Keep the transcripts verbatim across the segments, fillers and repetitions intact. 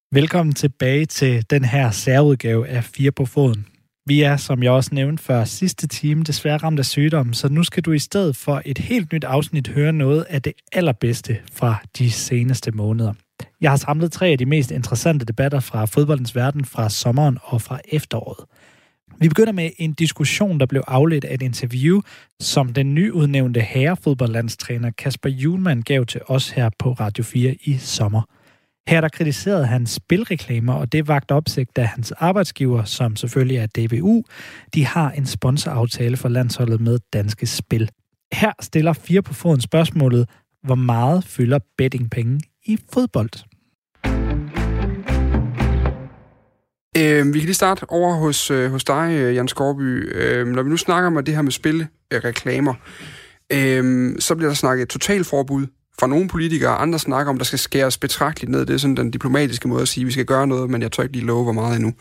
Velkommen tilbage til den her særudgave af Fire på Foden. Vi er, som jeg også nævnte før, sidste time desværre ramt af sygdom, så nu skal du i stedet for et helt nyt afsnit høre noget af det allerbedste fra de seneste måneder. Jeg har samlet tre af de mest interessante debatter fra fodboldens verden fra sommeren og fra efteråret. Vi begynder med en diskussion, der blev afledt af et interview, som den nyudnævnte herrefodboldlandstræner Kasper Hjulmand gav til os her på Radio fire i sommer. Her der kritiserede han spilreklamer, og det vagte opsigt, da hans arbejdsgiver, som selvfølgelig er D B U, de har en sponsoraftale for landsholdet med Danske Spil. Her stiller Fire på Foden spørgsmålet, hvor meget fylder bettingpenge i fodbold? Øh, vi kan lige starte over hos, øh, hos dig, Jan Skovby. Øh, når vi nu snakker om det her med spilreklamer, øh, så bliver der snakket totalforbud fra nogle politikere, andre snakker om, der skal skæres betragteligt ned. Det er sådan den diplomatiske måde at sige, at vi skal gøre noget, men jeg tør ikke lige love, hvor meget endnu.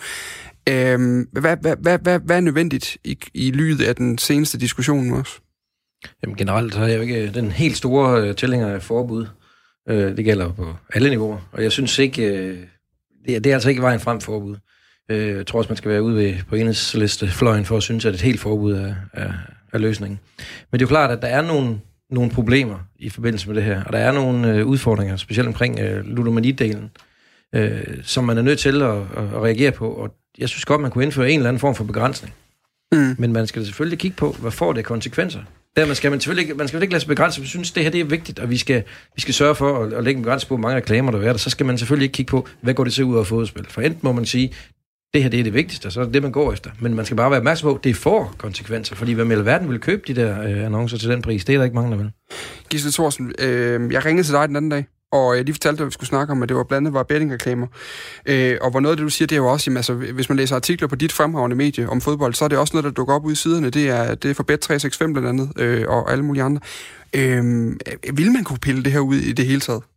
Øh, hvad, hvad, hvad, hvad, hvad er nødvendigt i, i lydet af den seneste diskussion også? Jamen generelt så er jeg jo ikke den helt store øh, tilhænger af forbud. Øh, det gælder på alle niveauer, og jeg synes ikke, øh, det, er, det er altså ikke vejen frem forbud. Øh, jeg tror også, man skal være ude ved, på enhedslistefløjen for at synes, at et helt forbud er, er, er løsningen. Men det er jo klart, at der er nogle nogle problemer i forbindelse med det her, og der er nogle øh, udfordringer, specielt omkring øh, ludomanidelen, øh, som man er nødt til at, at reagere på, og jeg synes godt, man kunne indføre en eller anden form for begrænsning. Mm. Men man skal selvfølgelig kigge på, hvad får det konsekvenser. Dermed skal man selvfølgelig ikke, man skal ikke lade sig begrænse, vi synes, det her det er vigtigt, og vi skal, vi skal sørge for at, at lægge en begrænsning på, hvor mange reklamer der er der, så skal man selvfølgelig ikke kigge på, hvad går det til ud af fodboldspil. For enten må man sige, det her det er det vigtigste, og så er det det, man går efter. Men man skal bare være opmærksom på, at det får konsekvenser, fordi hvem i alverden vil købe de der øh, annoncer til den pris? Det er der ikke mange, der vil. Gisle Thorsen, øh, jeg ringede til dig den anden dag, og jeg lige fortalte dig, at vi skulle snakke om, at det var blandt var bettingreklamer. Øh, og hvor noget af det, du siger, det er jo også, jamen, altså, hvis man læser artikler på dit fremragende medie om fodbold, så er det også noget, der dukker op ude i siderne. Det er, det er for Bet tre seks fem blandt andet, øh, og alle mulige andre. Øh, vil man kunne pille det her ud i det hele taget?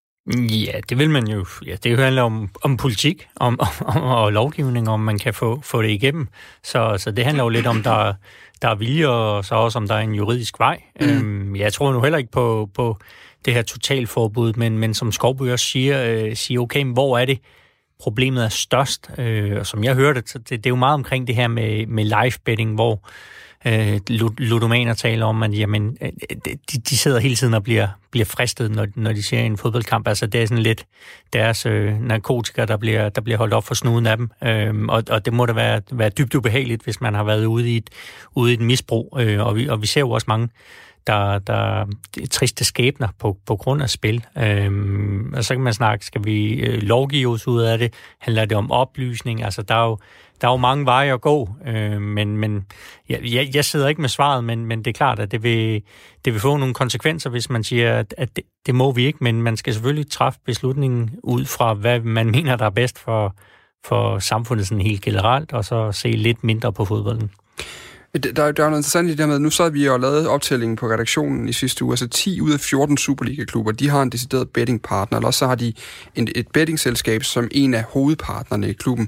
Ja, det vil man jo. Ja, det handler om, om politik om, om, og lovgivning, om man kan få, få det igennem. Så, så det handler jo lidt om, der, der er vilje, og så også om der er en juridisk vej. Mm. Øhm, jeg tror nu heller ikke på, på det her totalforbud, men, men som Skovby også siger, øh, siger okay, men hvor er det, problemet er størst? Øh, og som jeg hørte, det, det, det er jo meget omkring det her med, med live betting, hvor øh, ludomaner taler om, at jamen, de, de sidder hele tiden og bliver, bliver fristet, når, når de ser en fodboldkamp. Altså, det er sådan lidt deres øh, narkotika, der bliver, der bliver holdt op for snuden af dem. Øhm, og, og det må da være, være dybt ubehageligt, hvis man har været ude i et, ude i et misbrug. Øh, og, vi, og vi ser jo også mange, der, der er triste skæbner på, på grund af spil. Øhm, og så kan man snakke, skal vi øh, lovgive os ud af det? Handler det om oplysning? Altså, der er jo, der er jo mange veje at gå, øh, men, men jeg, jeg sidder ikke med svaret, men, men det er klart, at det vil, det vil få nogle konsekvenser, hvis man siger, at, at det, det må vi ikke, men man skal selvfølgelig træffe beslutningen ud fra, hvad man mener, der er bedst for, for samfundet sådan helt generelt, og så se lidt mindre på fodbolden. Der, der er jo noget interessant i det der med, nu sad vi og lavede optællingen på redaktionen i sidste uge, altså ti ud af fjorten Superliga-klubber, de har en decideret bettingpartner, eller også så har de en, et bettingselskab som en af hovedpartnerne i klubben.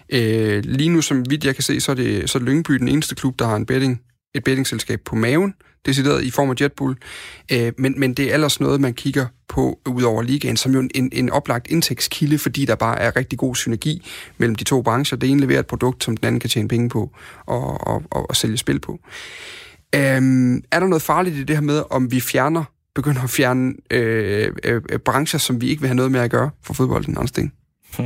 Øh, lige nu, som vidt jeg kan se, så er det så er Lyngby den eneste klub, der har en betting, et bettingselskab på maven, decideret i form af Jetbull, øh, men, men det er ellers noget, man kigger på ud over ligaen, som jo en, en oplagt indtægtskilde, fordi der bare er rigtig god synergi mellem de to brancher. Det ene leverer et produkt, som den anden kan tjene penge på og, og, og, og sælge spil på. Øhm, er der noget farligt i det her med, om vi fjerner, begynder at fjerne øh, øh, brancher, som vi ikke vil have noget med at gøre for fodbolden, Anders Steen? Hmm.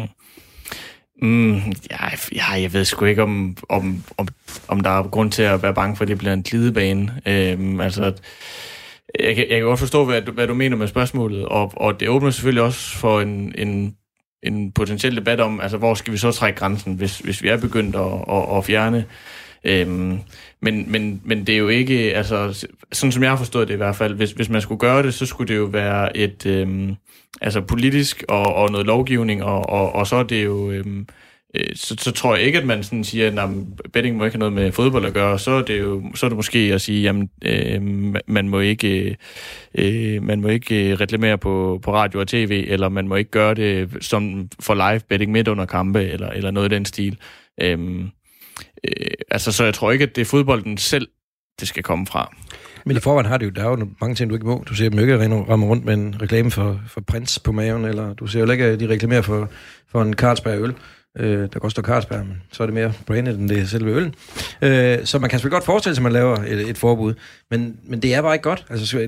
Mm, ja, ja, jeg ved sgu ikke, om, om, om, om der er grund til at være bange for, at det bliver en glidebane. Øhm, altså, jeg kan, jeg kan godt forstå, hvad du, hvad du mener med spørgsmålet, og, og det åbner selvfølgelig også for en, en, en potentiel debat om, altså, hvor skal vi så trække grænsen, hvis, hvis vi er begyndt at, at, at fjerne. Øhm, men, men, men det er jo ikke, altså, sådan som jeg har forstået det i hvert fald, hvis, hvis man skulle gøre det, så skulle det jo være et, øhm, altså politisk og, og noget lovgivning, og, og, og så er det jo, øhm, øh, så, så tror jeg ikke, at man sådan siger, at betting må ikke have noget med fodbold at gøre, så er det jo, så er det måske at sige, jamen, øh, man må ikke, øh, man må ikke reklamere på, på radio og tv, eller man må ikke gøre det som for live betting midt under kampe, eller, eller noget i den stil. Øhm, øh, altså, så jeg tror ikke, at det er fodbolden selv, det skal komme fra. Men i forvejen har det jo, der er jo mange ting, du ikke må. Du ser dem ikke ramme rundt med en reklame for, for Prins på maven, eller du ser jo ikke, at de reklamerer for, for en Carlsberg øl. Øh, der koster Carlsberg, men så er det mere branded, end det er selve øllen. Øh, så man kan selvfølgelig godt forestille sig, at man laver et, et forbud, men, men det er bare ikke godt. Altså,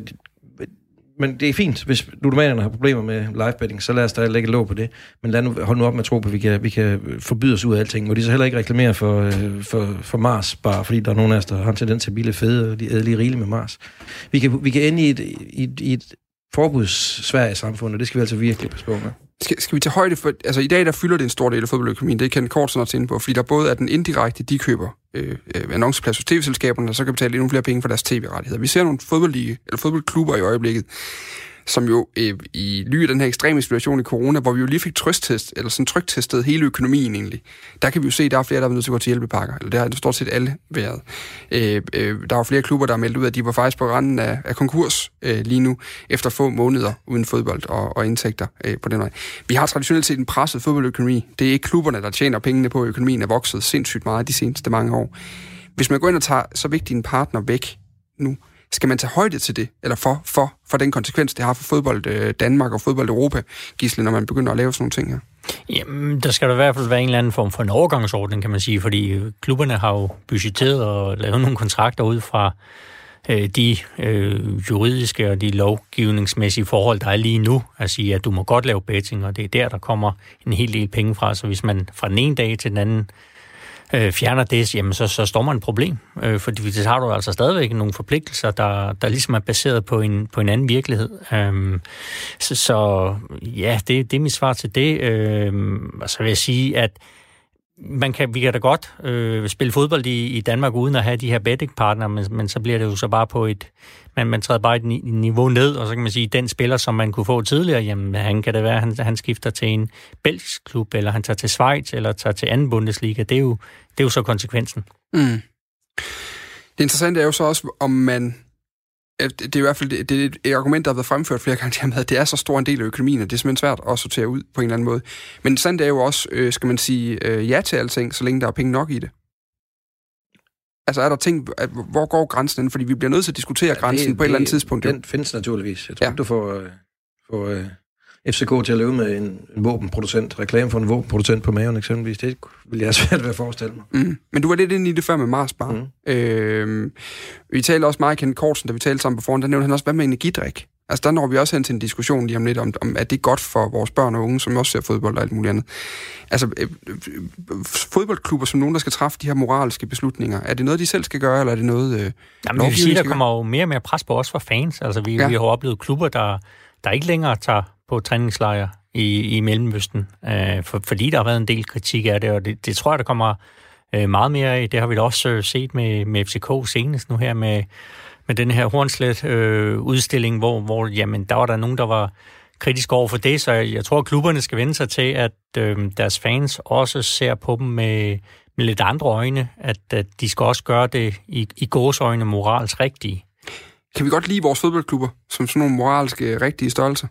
men det er fint, hvis ludomanerne har problemer med live betting, så lad os da lægge låg på det. Men lad nu, hold nu op med at tro på, at vi kan, vi kan forbyde os ud af alting. Må de så heller ikke reklamere for, for, for Mars, bare fordi der er nogen af os, der har en tendens til at blive fede, og de er lige rigelige med Mars. Vi kan, vi kan ende i et, i et, i et forbudssværige samfund, og det skal vi altså virkelig passe på med. Skal, skal vi tage højde for... Altså, i dag, der fylder det en stor del af fodboldøkonomien. Det er Kenneth Kortsen også inde på, fordi der både er den indirekte, de køber øh, annonceplads hos tv-selskaberne, og så kan betale endnu flere penge for deres tv-rettigheder. Vi ser nogle fodboldlige, eller fodboldklubber i øjeblikket, som jo øh, i ly af den her ekstreme situation i corona, hvor vi jo lige fik trøsttest, eller sådan tryktestet hele økonomien egentlig, der kan vi jo se, at der er flere, der er nødt til at gå til hjælpepakker, eller det har stort set alle været. Øh, øh, der er jo flere klubber, der har meldt ud, at de var faktisk på randen af, af konkurs øh, lige nu, efter få måneder uden fodbold og, og indtægter øh, på den vej. Vi har traditionelt set en presset fodboldøkonomi. Det er ikke klubberne, der tjener pengene på, økonomien er vokset sindssygt meget de seneste mange år. Hvis man går ind og tager så vigtig en partner væk nu, skal man tage højde til det, eller for, for, for den konsekvens, det har for fodbold øh, Danmark og fodbold Europa, Gisle, når man begynder at lave sådan nogle ting her? Jamen, der skal der i hvert fald være en eller anden form for en overgangsordning, kan man sige, fordi klubberne har jo budgetteret og lavet nogle kontrakter ud fra øh, de øh, juridiske og de lovgivningsmæssige forhold, der er lige nu. At sige, at du må godt lave betting, og det er der, der kommer en hel del penge fra. Så hvis man fra den ene dag til den anden Øh, fjerner det, jamen så, så står man et problem. Øh, fordi så har du altså stadigvæk nogle forpligtelser, der, der ligesom er baseret på en, på en anden virkelighed. Øh, så, så ja, det, det er mit svar til det. Øh, og så vil jeg sige, at man kan, vi kan da godt øh, spille fodbold i, i Danmark uden at have de her betting-partner, men, men så bliver det jo så bare på et... Man, man træder bare et niveau ned, og så kan man sige, at den spiller, som man kunne få tidligere, jamen han kan det være, han, han skifter til en belgisk klub, eller han tager til Schweiz, eller tager til anden Bundesliga. Det er jo, det er jo så konsekvensen. Mm. Det interessante er jo så også, om man... Det er i hvert fald det, det er et argument, der har været fremført flere gange, jamen, at det er så stor en del af økonomien, at det er simpelthen svært at sortere ud på en eller anden måde. Men sandt er jo også, øh, skal man sige, øh, ja til alting, så længe der er penge nok i det. Altså er der ting, at, hvor går grænsen ind? Fordi vi bliver nødt til at diskutere ja, grænsen det, på et det, eller andet tidspunkt. Den jo. Findes naturligvis. Jeg tror, ja. du får, øh, får øh, F C K til at løbe med en, en våbenproducent, reklame for en våbenproducent på maven eksempelvis. Det vil jeg svært ved at forestille mig. Mm. Men du var lidt inde i det før med Mars bare. Mm. Øh, vi talte også meget Kenneth Kortsen, da vi talte sammen på forhånd, der nævnte han også, hvad med energidrik? Altså der når vi også hen til en diskussion lige om lidt, om, om at det er godt for vores børn og unge, som også ser fodbold og alt muligt andet. Altså øh, fodboldklubber som nogen, der skal træffe de her moralske beslutninger, er det noget, de selv skal gøre, eller er det noget... Øh, Jamen, vi vil sige, der kommer jo mere og mere pres på os for fans. Altså vi, ja. vi har oplevet klubber, der, der ikke længere tager på træningslejre i, i Mellemøsten, øh, for, fordi der har været en del kritik af det, og det, det tror jeg, der kommer øh, meget mere af. Det har vi da også øh, set med, med F C K senest nu her med, med den her Hornslet-udstilling, øh, hvor, hvor jamen, der var der nogen, der var kritisk over for det, så jeg, jeg tror, at klubberne skal vende sig til, at øh, deres fans også ser på dem med, med lidt andre øjne, at, at de skal også gøre det i, i gåseøjne moralsk rigtige. Kan vi godt lide vores fodboldklubber som sådan nogle moralske rigtige størrelser?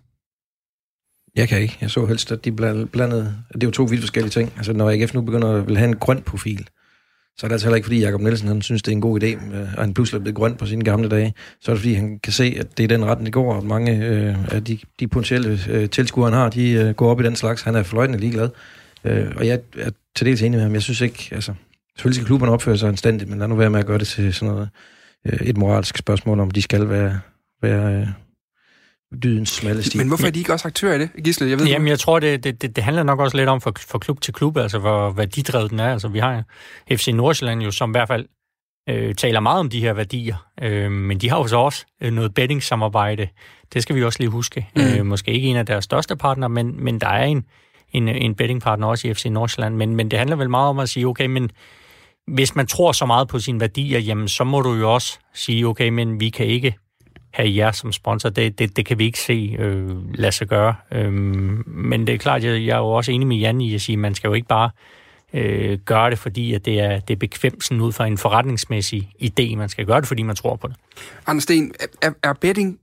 Jeg kan ikke. Jeg så helst, at de blandede... Det er jo to vidt forskellige ting. Altså, når A G F nu begynder at vil have en grøn profil, så er det altså heller ikke, fordi Jakob Nielsen han synes, det er en god idé, og han pludselig er blevet grøn på sine gamle dage. Så er det, fordi han kan se, at det er den retning, det går, og mange øh, af de, de potentielle øh, tilskuere, han har, de øh, går op i den slags. Han er fløjtende ligeglad. Øh, og jeg er til dels enig med ham. Jeg synes ikke... Altså, selvfølgelig skal klubberne opføre sig anstændigt, men lad nu være med at gøre det til sådan noget... Øh, et moralsk spørgsmål, om de skal være... være øh, dydens smalle stil. Men hvorfor er de ikke også aktører i det, Gisle? Jeg ved, Jamen, jeg tror, det, det, det handler nok også lidt om for, for klub til klub, altså hvor værdidrevet den er. Altså, vi har F C Nordsjælland jo, som i hvert fald øh, taler meget om de her værdier, øh, men de har jo så også øh, noget betting-samarbejde. Det skal vi også lige huske. Mm. Øh, måske ikke en af deres største partner, men, men der er en, en, en betting-partner også i F C Nordsjælland. Men, men det handler vel meget om at sige, okay, men hvis man tror så meget på sine værdier, jamen, så må du jo også sige, okay, men vi kan ikke have jer som sponsor. Det, det, det kan vi ikke se øh, lade sig gøre. Øhm, men det er klart, jeg, jeg er jo også enig med Jan i at sige, at man skal jo ikke bare øh, gøre det, fordi at det er, det er bekvemt sådan ud fra en forretningsmæssig idé. Man skal gøre det, fordi man tror på det. Anders Sten, er, er betting...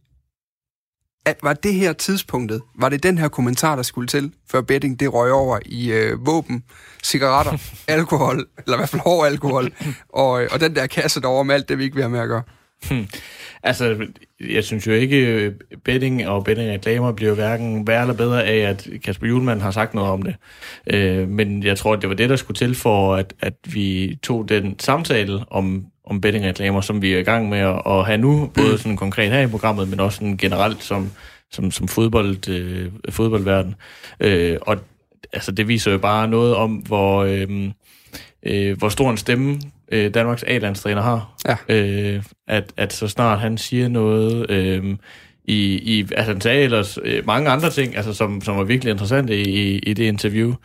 Er, var det her tidspunktet, var det den her kommentar, der skulle til, før betting det røg over i øh, våben, cigaretter, alkohol, eller i hvert fald hård alkohol, og, og den der kasse derovre med alt det, vi ikke vil have med at gøre? Hmm. Altså, jeg synes jo ikke, betting og bettingreklamer bliver hverken værre eller bedre af, at Kasper Hjulmand har sagt noget om det. Øh, men jeg tror, at det var det, der skulle til for, at, at vi tog den samtale om, om bettingreklamer, som vi er i gang med at, at have nu, både sådan konkret her i programmet, men også sådan generelt som, som, som fodbold, øh, fodboldverden. Øh, og altså, det viser jo bare noget om, hvor... Øh, Øh, hvor stor en stemme øh, Danmarks A-landstræner har. Ja. Øh, at, at så snart han siger noget øh, i, i... Altså han sagde ellers øh, mange andre ting, altså, som, som var virkelig interessante i, i det interview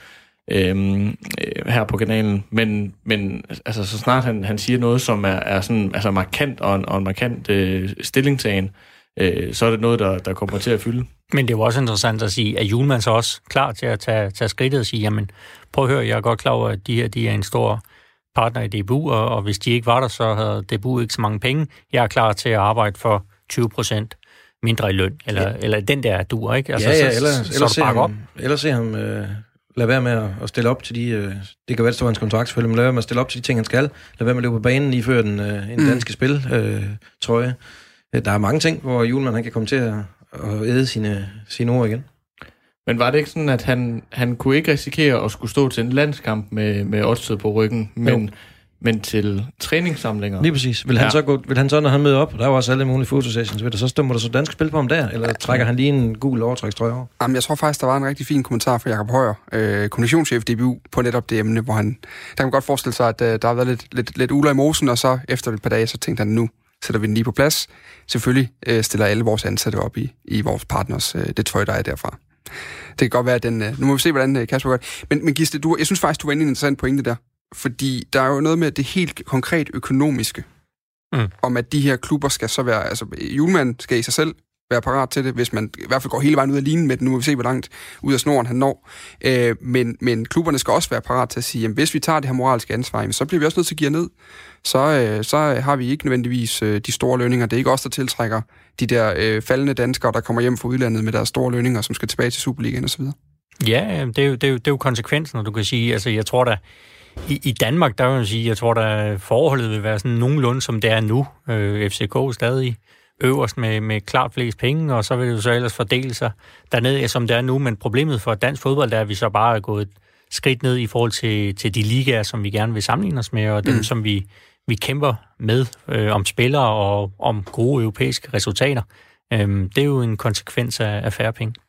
øh, her på kanalen. Men, men altså, så snart han, han siger noget, som er, er sådan, altså markant og en, og en markant øh, stillingtagen, øh, så er det noget, der, der kommer til at fylde. Men det er jo også interessant at sige, at Hjulmand så også klar til at tage, tage skridtet og sige, jamen prøv at høre, jeg er godt klar over, at de her de er en stor partner i D B U, og, og hvis de ikke var der, så havde D B U ikke så mange penge. Jeg er klar til at arbejde for tyve procent mindre i løn, eller, ja. eller den der duer, ikke? Altså, ja, ja, så, eller, så, eller, så se ham, op. eller se ham øh, lade være med at, at stille op til de... Øh, det kan være, det står hans kontrakt selvfølgelig, men lade være med at stille op til de ting, han skal. Lade være med at løbe på banen lige før den øh, en danske mm. spil, øh, trøje. Der er mange ting, hvor Hjulmand han kan komme til at, at æde sine, sine ord igen. Men var det ikke sådan, at han, han kunne ikke risikere at skulle stå til en landskamp med, med oddset på ryggen, men, men til træningssamlinger? Lige præcis. Vil han, ja. så, gå, vil han så, når han møder op, der er jo også alle mulige fotosessions, vil der så stå, der så dansk spil på ham der, eller trækker han lige en gul overtrækstrøje over? Jamen, jeg tror faktisk, der var en rigtig fin kommentar fra Jakob Højer, øh, kommunikationschef i D B U, på netop det emne, hvor han, der kan man godt forestille sig, at øh, der har været lidt, lidt, lidt uler i mosen, og så efter et par dage, så tænkte han, nu sætter vi den lige på plads. Selvfølgelig øh, stiller alle vores ansatte op i, i vores partners, øh, det tøj, der er derfra. Det kan godt være, at den... Nu må vi se, hvordan Kasper gør. Men, men Gisle, du, jeg synes faktisk, du var inde i en interessant pointe der. Fordi der er jo noget med det helt konkret økonomiske. Mm. Om at de her klubber skal så være... Altså, Hjulmand skal i sig selv være parat til det, hvis man i hvert fald går hele vejen ud af linen med det. Nu må vi se, hvor langt ud af snoren han når. Øh, men, men klubberne skal også være parat til at sige, jamen, hvis vi tager det her moralske ansvar, jamen, så bliver vi også nødt til at give ned. Så, øh, så har vi ikke nødvendigvis øh, de store lønninger. Det er ikke os, der tiltrækker de der øh, faldende danskere, der kommer hjem fra udlandet med deres store lønninger, som skal tilbage til Superligaen osv. Ja, det er, jo, det, er jo, det er jo konsekvensen, og du kan sige, altså jeg tror da, i, i Danmark, der vil jeg sige, jeg tror da forholdet vil være sådan nogenlunde, som det er nu. Øh, F C K stadig øverst med, med klart flest penge, og så vil det jo så ellers fordele sig dernede, som det er nu, men problemet for dansk fodbold er, at vi så bare er gået et skridt ned i forhold til, til de ligaer, som vi gerne vil sammenligne os med, og dem, mm. som vi vi kæmper med øh, om spillere og om gode europæiske resultater. Øhm, det er jo en konsekvens af, af færre penge.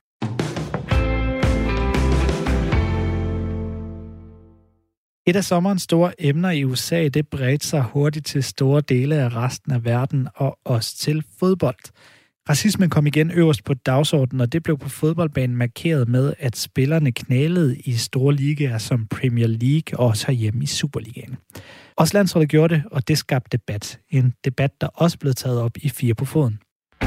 Et af sommerens store emner i U S A, det bredte sig hurtigt til store dele af resten af verden og også til fodbold. Racismen kom igen øverst på dagsordenen, og det blev på fodboldbanen markeret med, at spillerne knælede i store ligaer som Premier League og også herhjemme i Superligaen. Også landsholdet gjorde det, og det skabte debat. En debat, der også blev taget op i Fire på Foden.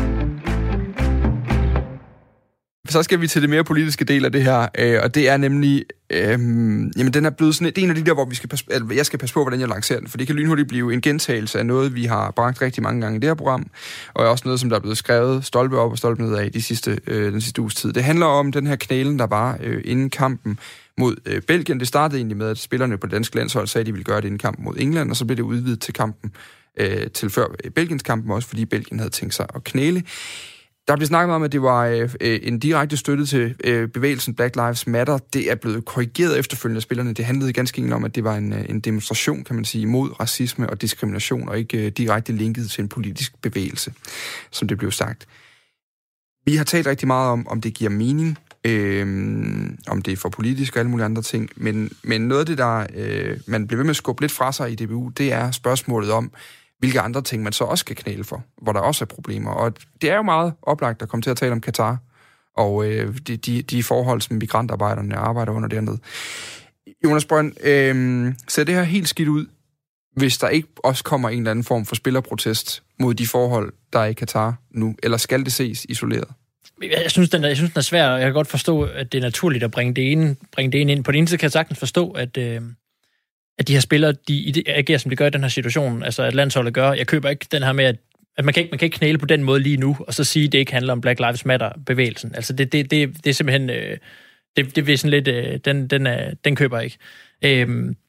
Så skal vi til det mere politiske del af det her, øh, og det er nemlig, øh, jamen den er blevet sådan, det er en af de der, hvor vi skal passe, altså, jeg skal passe på, hvordan jeg lancerer den, for det kan lynhurtigt blive en gentagelse af noget, vi har bragt rigtig mange gange i det her program, og også noget, som der er blevet skrevet stolpe op og stolpe ned af de sidste, øh, den sidste uges tid. Det handler om den her knælen, der var øh, inden kampen mod øh, Belgien. Det startede egentlig med, at spillerne på det danske landshold sagde, at de ville gøre det inden kampen mod England, og så blev det udvidet til kampen, øh, til før øh, Belgiens kampen også, fordi Belgien havde tænkt sig at knæle. Der blev snakket om, at det var øh, en direkte støtte til øh, bevægelsen Black Lives Matter. Det er blevet korrigeret efterfølgende af spillerne. Det handlede ganske enkelt om, at det var en, en demonstration, kan man sige, mod racisme og diskrimination, og ikke øh, direkte linket til en politisk bevægelse, som det blev sagt. Vi har talt rigtig meget om, om det giver mening, øh, om det er for politisk og alle mulige andre ting, men, men noget af det, der øh, man bliver ved med at skubbe lidt fra sig i D B U, det er spørgsmålet om, hvilke andre ting man så også skal knæle for, hvor der også er problemer. Og det er jo meget oplagt at komme til at tale om Katar, og øh, de, de, de forhold, som migrantarbejderne arbejder under dernede. Jonas Brønd, øh, ser det her helt skidt ud, hvis der ikke også kommer en eller anden form for spillerprotest mod de forhold, der er i Katar nu, eller skal det ses isoleret? Jeg synes, den er, jeg synes, den er svær, og jeg kan godt forstå, at det er naturligt at bringe det ene, bringe det ene ind. På den ene side kan jeg sagtens forstå, at... Øh at de her spillere, de agerer, som de gør i den her situation, altså at landsholdet gør. Jeg køber ikke den her med, at, at man, kan ikke, man kan ikke knæle på den måde lige nu, og så sige, at det ikke handler om Black Lives Matter-bevægelsen. Altså det, det, det, det er simpelthen, øh, det, det er sådan lidt, øh, den, den, er, den køber jeg ikke. Øhm,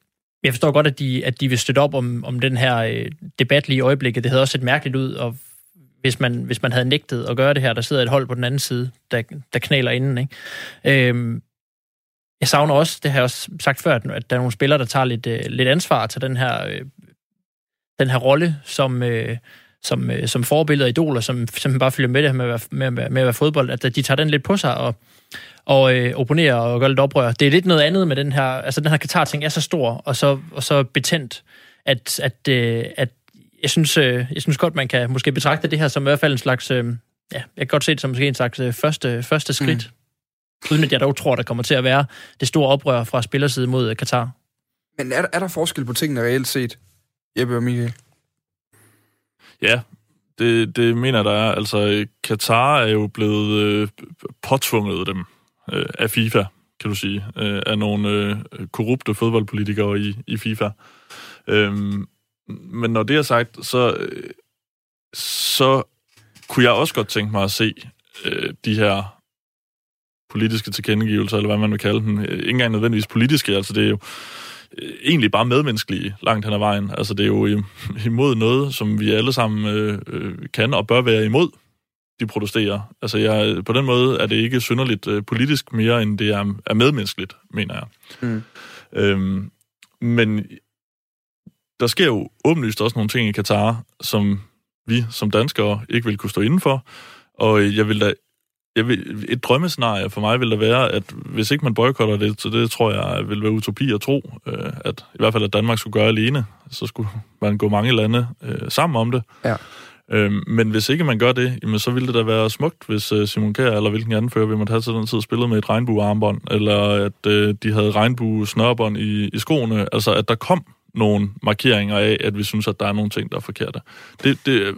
Jeg forstår godt, at de, at de vil støtte op om, om den her øh, debat lige i øjeblikket. Det havde også set mærkeligt ud, og hvis man, hvis man havde nægtet at gøre det her, der sidder et hold på den anden side, der, der knæler inden. Ikke? Øhm, jeg savner også, det har jeg også sagt før, at der er nogle spillere, der tager lidt, øh, lidt ansvar til den her, øh, den her rolle som, øh, som, øh, som forbilleder og idoler, som simpelthen bare følger med det med at være, med, med, med at være fodbold, at de tager den lidt på sig og, og øh, opponerer og gør lidt oprør. Det er lidt noget andet med den her, altså den her Qatar-ting er så stor og så, og så betændt, at, at, øh, at jeg synes, øh, jeg synes godt, man kan måske betragte det her som i hvert fald en slags, øh, ja, jeg kan godt se det som måske en slags øh, første, første skridt. Mm. Uden at jeg dog tror, der kommer til at være det store oprør fra spillerside mod øh, Qatar. Men er der, er der forskel på tingene reelt set, Jeppe og Michael? Ja, det, det mener jeg, der er. Altså, Qatar er jo blevet øh, påtvunget dem øh, af FIFA, kan du sige, øh, af nogle øh, korrupte fodboldpolitikere i, i FIFA. Øhm, men når det er sagt, så, øh, så kunne jeg også godt tænke mig at se øh, de her politiske tilkendegivelser, eller hvad man vil kalde dem. Ikke engang nødvendigvis politiske, altså det er jo egentlig bare medmenneskelige langt hen ad vejen. Altså det er jo imod noget, som vi alle sammen øh, kan og bør være imod, de protesterer. Altså jeg, på den måde er det ikke synderligt øh, politisk mere, end det er, er medmenneskeligt, mener jeg. Mm. Øhm, men der sker jo åbenlyst også nogle ting i Qatar, som vi som danskere ikke vil kunne stå indenfor. Og jeg vil da Jeg vil, et drømmescenarie for mig vil der være, at hvis ikke man boykotter det, så det tror jeg vil være utopi at tro, øh, at i hvert fald at Danmark skulle gøre alene, så skulle man gå mange lande øh, sammen om det. Ja. Øhm, men hvis ikke man gør det, jamen, så ville det da være smukt, hvis øh, Simon Kjær eller hvilken anden fører vi måtte have til den tid spillet med et regnbuearmbånd, eller at øh, de havde regnbue-snørbånd i, i skoene, altså at der kom nogle markeringer af, at vi synes, at der er nogle ting, der er forkerte. Det, det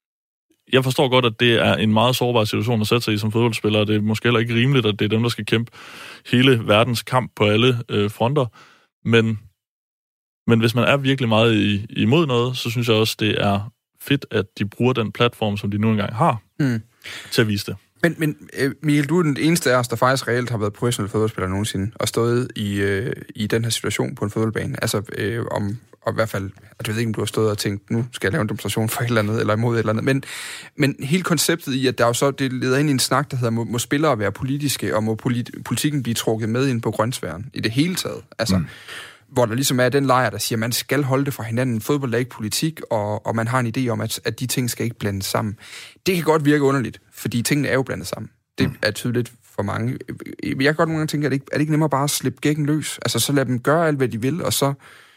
Jeg forstår godt, at det er en meget sårbar situation at sætte sig i som fodboldspiller, og det er måske heller ikke rimeligt, at det er dem, der skal kæmpe hele verdens kamp på alle øh, fronter. Men, men hvis man er virkelig meget i, imod noget, så synes jeg også, det er fedt, at de bruger den platform, som de nu engang har, mm. til at vise det. Men, men Michael, du er den eneste af os, der faktisk reelt har været professionel fodboldspiller nogensinde, og stået i, øh, i den her situation på en fodboldbane. Altså øh, om... og i hvert fald, at jeg ved ikke, om du har stået og tænkt, nu skal jeg lave en demonstration for et eller andet, eller imod et eller andet, men, men hele konceptet i, at der jo så, det leder ind i en snak, der hedder, må, må spillere være politiske, og må politi- politikken blive trukket med ind på grønsværen, i det hele taget. Altså, mm. hvor der ligesom er den lejr, der siger, at man skal holde det fra hinanden, fodbold er ikke politik, og, og man har en idé om, at, at de ting skal ikke blandes sammen. Det kan godt virke underligt, fordi tingene er jo blandet sammen. Det mm. er tydeligt for mange. Jeg kan godt nogle gange tænke, at det ikke, er det ikke nemmere bare at slippe gækken løs? Altså, så lad dem gøre alt, hvad de vil, og så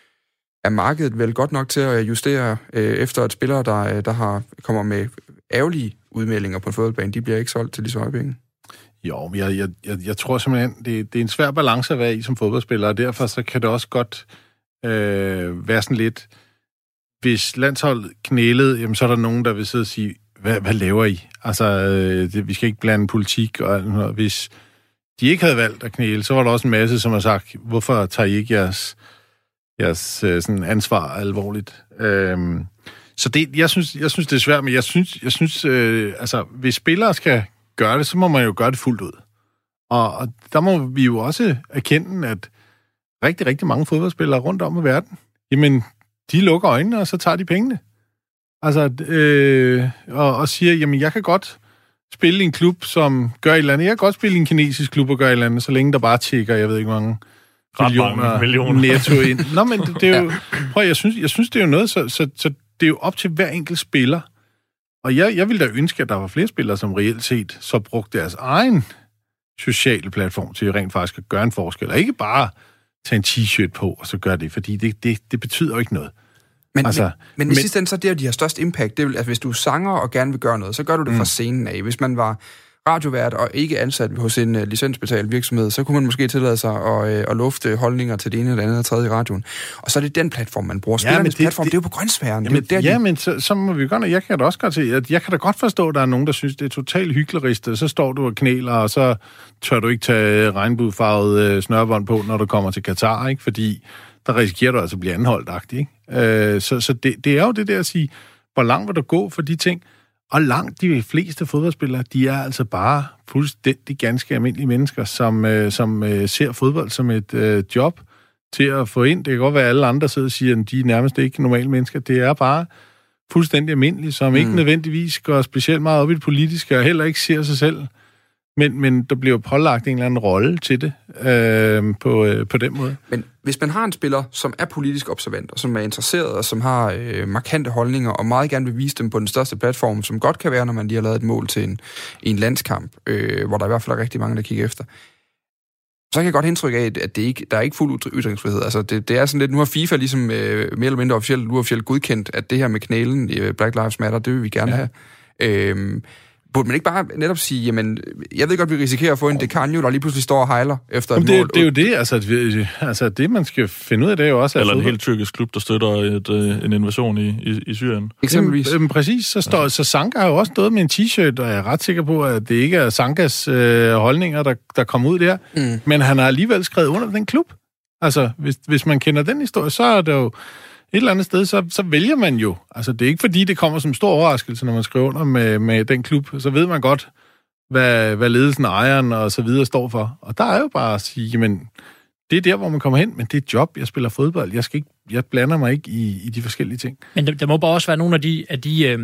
er markedet vel godt nok til at justere øh, efter et spiller, der, der har kommer med ærgerlige udmeldinger på en fodboldbane, de bliver ikke solgt til lige så høje penge? Jo, jeg, jeg, jeg, jeg tror simpelthen, det, det er en svær balance at være i som fodboldspiller, og derfor så kan det også godt øh, være sådan lidt, hvis landsholdet knælede, jamen så er der nogen, der vil sidde og sige, hvad, hvad laver I? Altså, øh, det, vi skal ikke blande politik og alt noget. Hvis de ikke havde valgt at knæle, så var der også en masse, som har sagt, hvorfor tager I ikke jeres jeres øh, sådan ansvar alvorligt. Øhm, så det, jeg synes, jeg synes det er svært, men jeg synes, jeg synes, øh, altså, hvis spillere skal gøre det, så må man jo gøre det fuldt ud. Og, og der må vi jo også erkende, at rigtig, rigtig mange fodboldspillere rundt om i verden, jamen, de lukker øjnene, og så tager de pengene. Altså, øh, og, og siger, jamen, jeg kan godt spille i en klub, som gør et eller andet. Jeg kan godt spille i en kinesisk klub og gøre et eller andet, så længe der bare tjekker, jeg ved ikke, mange millioner, millioner. netto ind. Nå, men det, det er jo... Prøv, jeg synes, jeg synes, det er jo noget, så, så, så det er jo op til hver enkelt spiller. Og jeg, jeg ville da ønske, at der var flere spillere, som reelt set så brugte deres egen sociale platform til rent faktisk at gøre en forskel. Og ikke bare tage en t-shirt på, og så gøre det, fordi det, det, det betyder jo ikke noget. Men, altså, men, men, men i sidste ende, så er det, de har størst impact. Det vil, altså, hvis du er sanger og gerne vil gøre noget, så gør du det mm. fra scenen af. Hvis man var radiovært og ikke ansat hos en uh, licensbetalt virksomhed, så kunne man måske tillade sig at, uh, at lufte holdninger til det ene eller andet og tredje i radioen. Og så er det den platform, man bruger. Spillernes ja, det, platform, det, det er jo på grønsfæren. Jamen, det er jo der, ja, de... men så, så må vi godt, jeg kan da også godt se, at jeg kan da godt forstå, at der er nogen, der synes, det er totalt hyklerist, så står du og knæler, og så tør du ikke tage regnbuefarvet uh, snørbånd på, når du kommer til Qatar, ikke? Fordi der risikerer du altså at blive anholdt, ikke? Uh, så så det, det er jo det der at sige, hvor langt vil du gå for de ting? Og langt de fleste fodboldspillere, de er altså bare fuldstændig ganske almindelige mennesker, som, øh, som øh, ser fodbold som et øh, job. til at få ind. Det kan godt være, at alle andre sidder og siger, at de er nærmest ikke normale mennesker. Det er bare fuldstændig almindelige, som mm. ikke nødvendigvis går specielt meget op i det politiske, og heller ikke ser sig selv. Men, men der bliver pålagt en eller anden rolle til det øh, på, øh, på den måde. Men hvis man har en spiller, som er politisk observant, og som er interesseret, og som har øh, markante holdninger, og meget gerne vil vise dem på den største platform, som godt kan være, når man lige har lavet et mål til en, en landskamp, øh, hvor der i hvert fald er rigtig mange, der kigger efter, så kan jeg godt indtryk af, at det ikke, der er ikke fuld ytringsfrihed. Altså det, det er sådan lidt, nu har FIFA ligesom øh, mere eller mindre officielt, uofficielt godkendt, at det her med knælen i Black Lives Matter, det vil vi gerne ja. have. Øh, Burde man ikke bare netop sige, jamen, jeg ved godt, vi risikerer at få en Decanio, der lige pludselig står og hejler efter et det, mål. Det er jo det, altså, det, altså det, man skal finde ud af, det er jo også... Eller en helt tyrkisk klub, der støtter et, en invasion i, i, i Syrien. Eksempelvis. Jamen, præcis, så, står, så Sanka har jo også stået med en t-shirt, og jeg er ret sikker på, at det ikke er Sankas øh, holdninger, der, der kommer ud der. Mm. Men han har alligevel skrevet under den klub. Altså, hvis, hvis man kender den historie, så er det jo... Et eller andet sted, så, så vælger man jo. Altså, det er ikke fordi, det kommer som stor overraskelse, når man skriver under med, med den klub. Så ved man godt, hvad, hvad ledelsen, ejeren og så videre står for. Og der er jo bare at sige, men det er der, hvor man kommer hen, men det er et job, jeg spiller fodbold. Jeg, skal ikke, jeg blander mig ikke i, i de forskellige ting. Men der, der må bare også være nogle af de, af de, øh,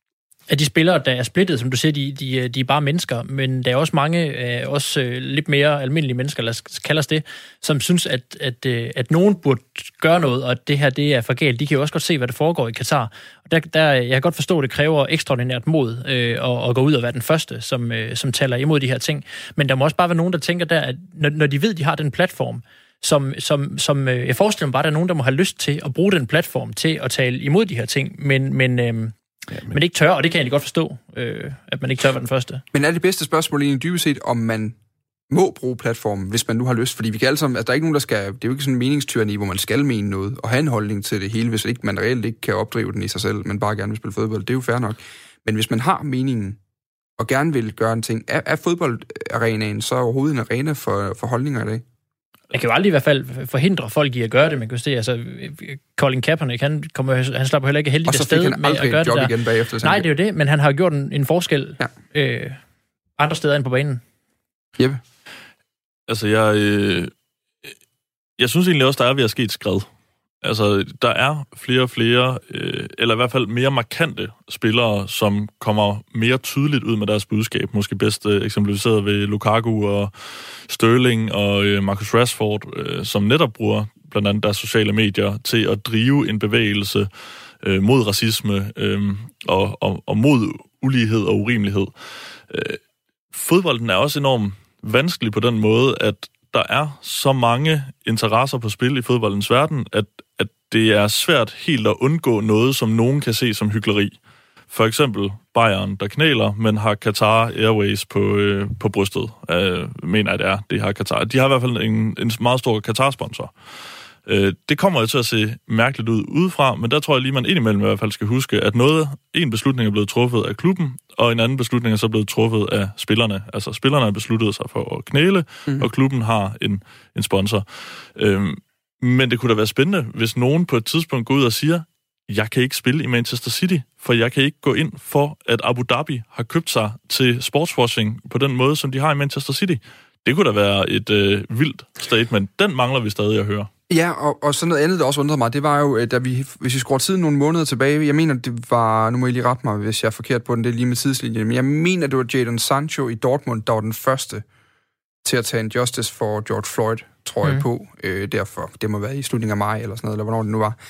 af de spillere, der er splittet, som du siger, de, de, de er bare mennesker, men der er også mange, øh, også øh, lidt mere almindelige mennesker, lad os kalde os det, som synes, at, at, øh, at nogen burde gøre noget, og at det her det er for galt. De kan jo også godt se, hvad der foregår i Katar. Og der, der, jeg kan godt forstå, at det kræver ekstraordinært mod øh, at, at gå ud og være den første, som, øh, som taler imod de her ting. Men der må også bare være nogen, der tænker der, at når, når de ved, at de har den platform, som, som, som øh, jeg forestiller mig bare, at der er nogen, der må have lyst til at bruge den platform til at tale imod de her ting, men... men øh, Ja, men... men ikke tør, og det kan jeg egentlig godt forstå, øh, at man ikke tør være den første. Men er det bedste spørgsmål egentlig dybest set, om man må bruge platformen, hvis man nu har lyst? Fordi vi kan alle sammen, altså der er ikke nogen, der skal, det er jo ikke sådan en meningstyranni, hvor man skal mene noget, og have en holdning til det hele, hvis ikke man reelt ikke kan opdrive den i sig selv, men bare gerne vil spille fodbold. Det er jo fair nok. Men hvis man har meningen, og gerne vil gøre en ting, er, er fodboldarenaen så overhovedet en arena for, for holdninger i dag? Jeg kan jo aldrig i hvert fald forhindre folk i at gøre det, man kan se, altså Colin Kaepernick, han, kommer, han slapper heller ikke heldigt af sted med at gøre det der. Igen bagefter, Nej, det er jo det, men han har gjort en, en forskel ja. øh, andre steder end på banen. Jeppe? Altså, jeg, øh, jeg synes egentlig også, der er ved at ske et skred. Altså, der er flere og flere, øh, eller i hvert fald mere markante spillere, som kommer mere tydeligt ud med deres budskab. Måske bedst øh, eksemplificeret ved Lukaku og Sterling og øh, Marcus Rashford, øh, som netop bruger blandt andet deres sociale medier til at drive en bevægelse øh, mod racisme øh, og, og, og mod ulighed og urimelighed. Øh, fodbolden er også enormt vanskelig på den måde, at der er så mange interesser på spil i fodboldens verden, at, at det er svært helt at undgå noget, som nogen kan se som hykleri. For eksempel Bayern, der knæler, men har Qatar Airways på, øh, på brystet. Øh, mener jeg, det er. Det har Qatar. De har i hvert fald en, en meget stor Qatar-sponsor. Øh, det kommer jo til at se mærkeligt ud udefra, men der tror jeg lige, man indimellem i hvert fald skal huske, at noget, en beslutning er blevet truffet af klubben, og en anden beslutning er så blevet truffet af spillerne. Altså, spillerne har besluttet sig for at knæle, mm. og klubben har en, en sponsor. Øhm, men det kunne da være spændende, hvis nogen på et tidspunkt går ud og siger, jeg kan ikke spille i Manchester City, for jeg kan ikke gå ind for, at Abu Dhabi har købt sig til sportswashing på den måde, som de har i Manchester City. Det kunne da være et øh, vildt statement. Den mangler vi stadig at høre. Ja, og, og så noget andet, der også undrede mig, det var jo, da vi, hvis vi skruer tiden nogle måneder tilbage, jeg mener, det var, nu må I lige rette mig, hvis jeg er forkert på den, det er lige med tidslinjen, men jeg mener, det var Jadon Sancho i Dortmund, der var den første til at tage en justice for George Floyd, tror mm. jeg på, øh, derfor, det må være i slutningen af maj, eller sådan noget, eller hvornår det nu var.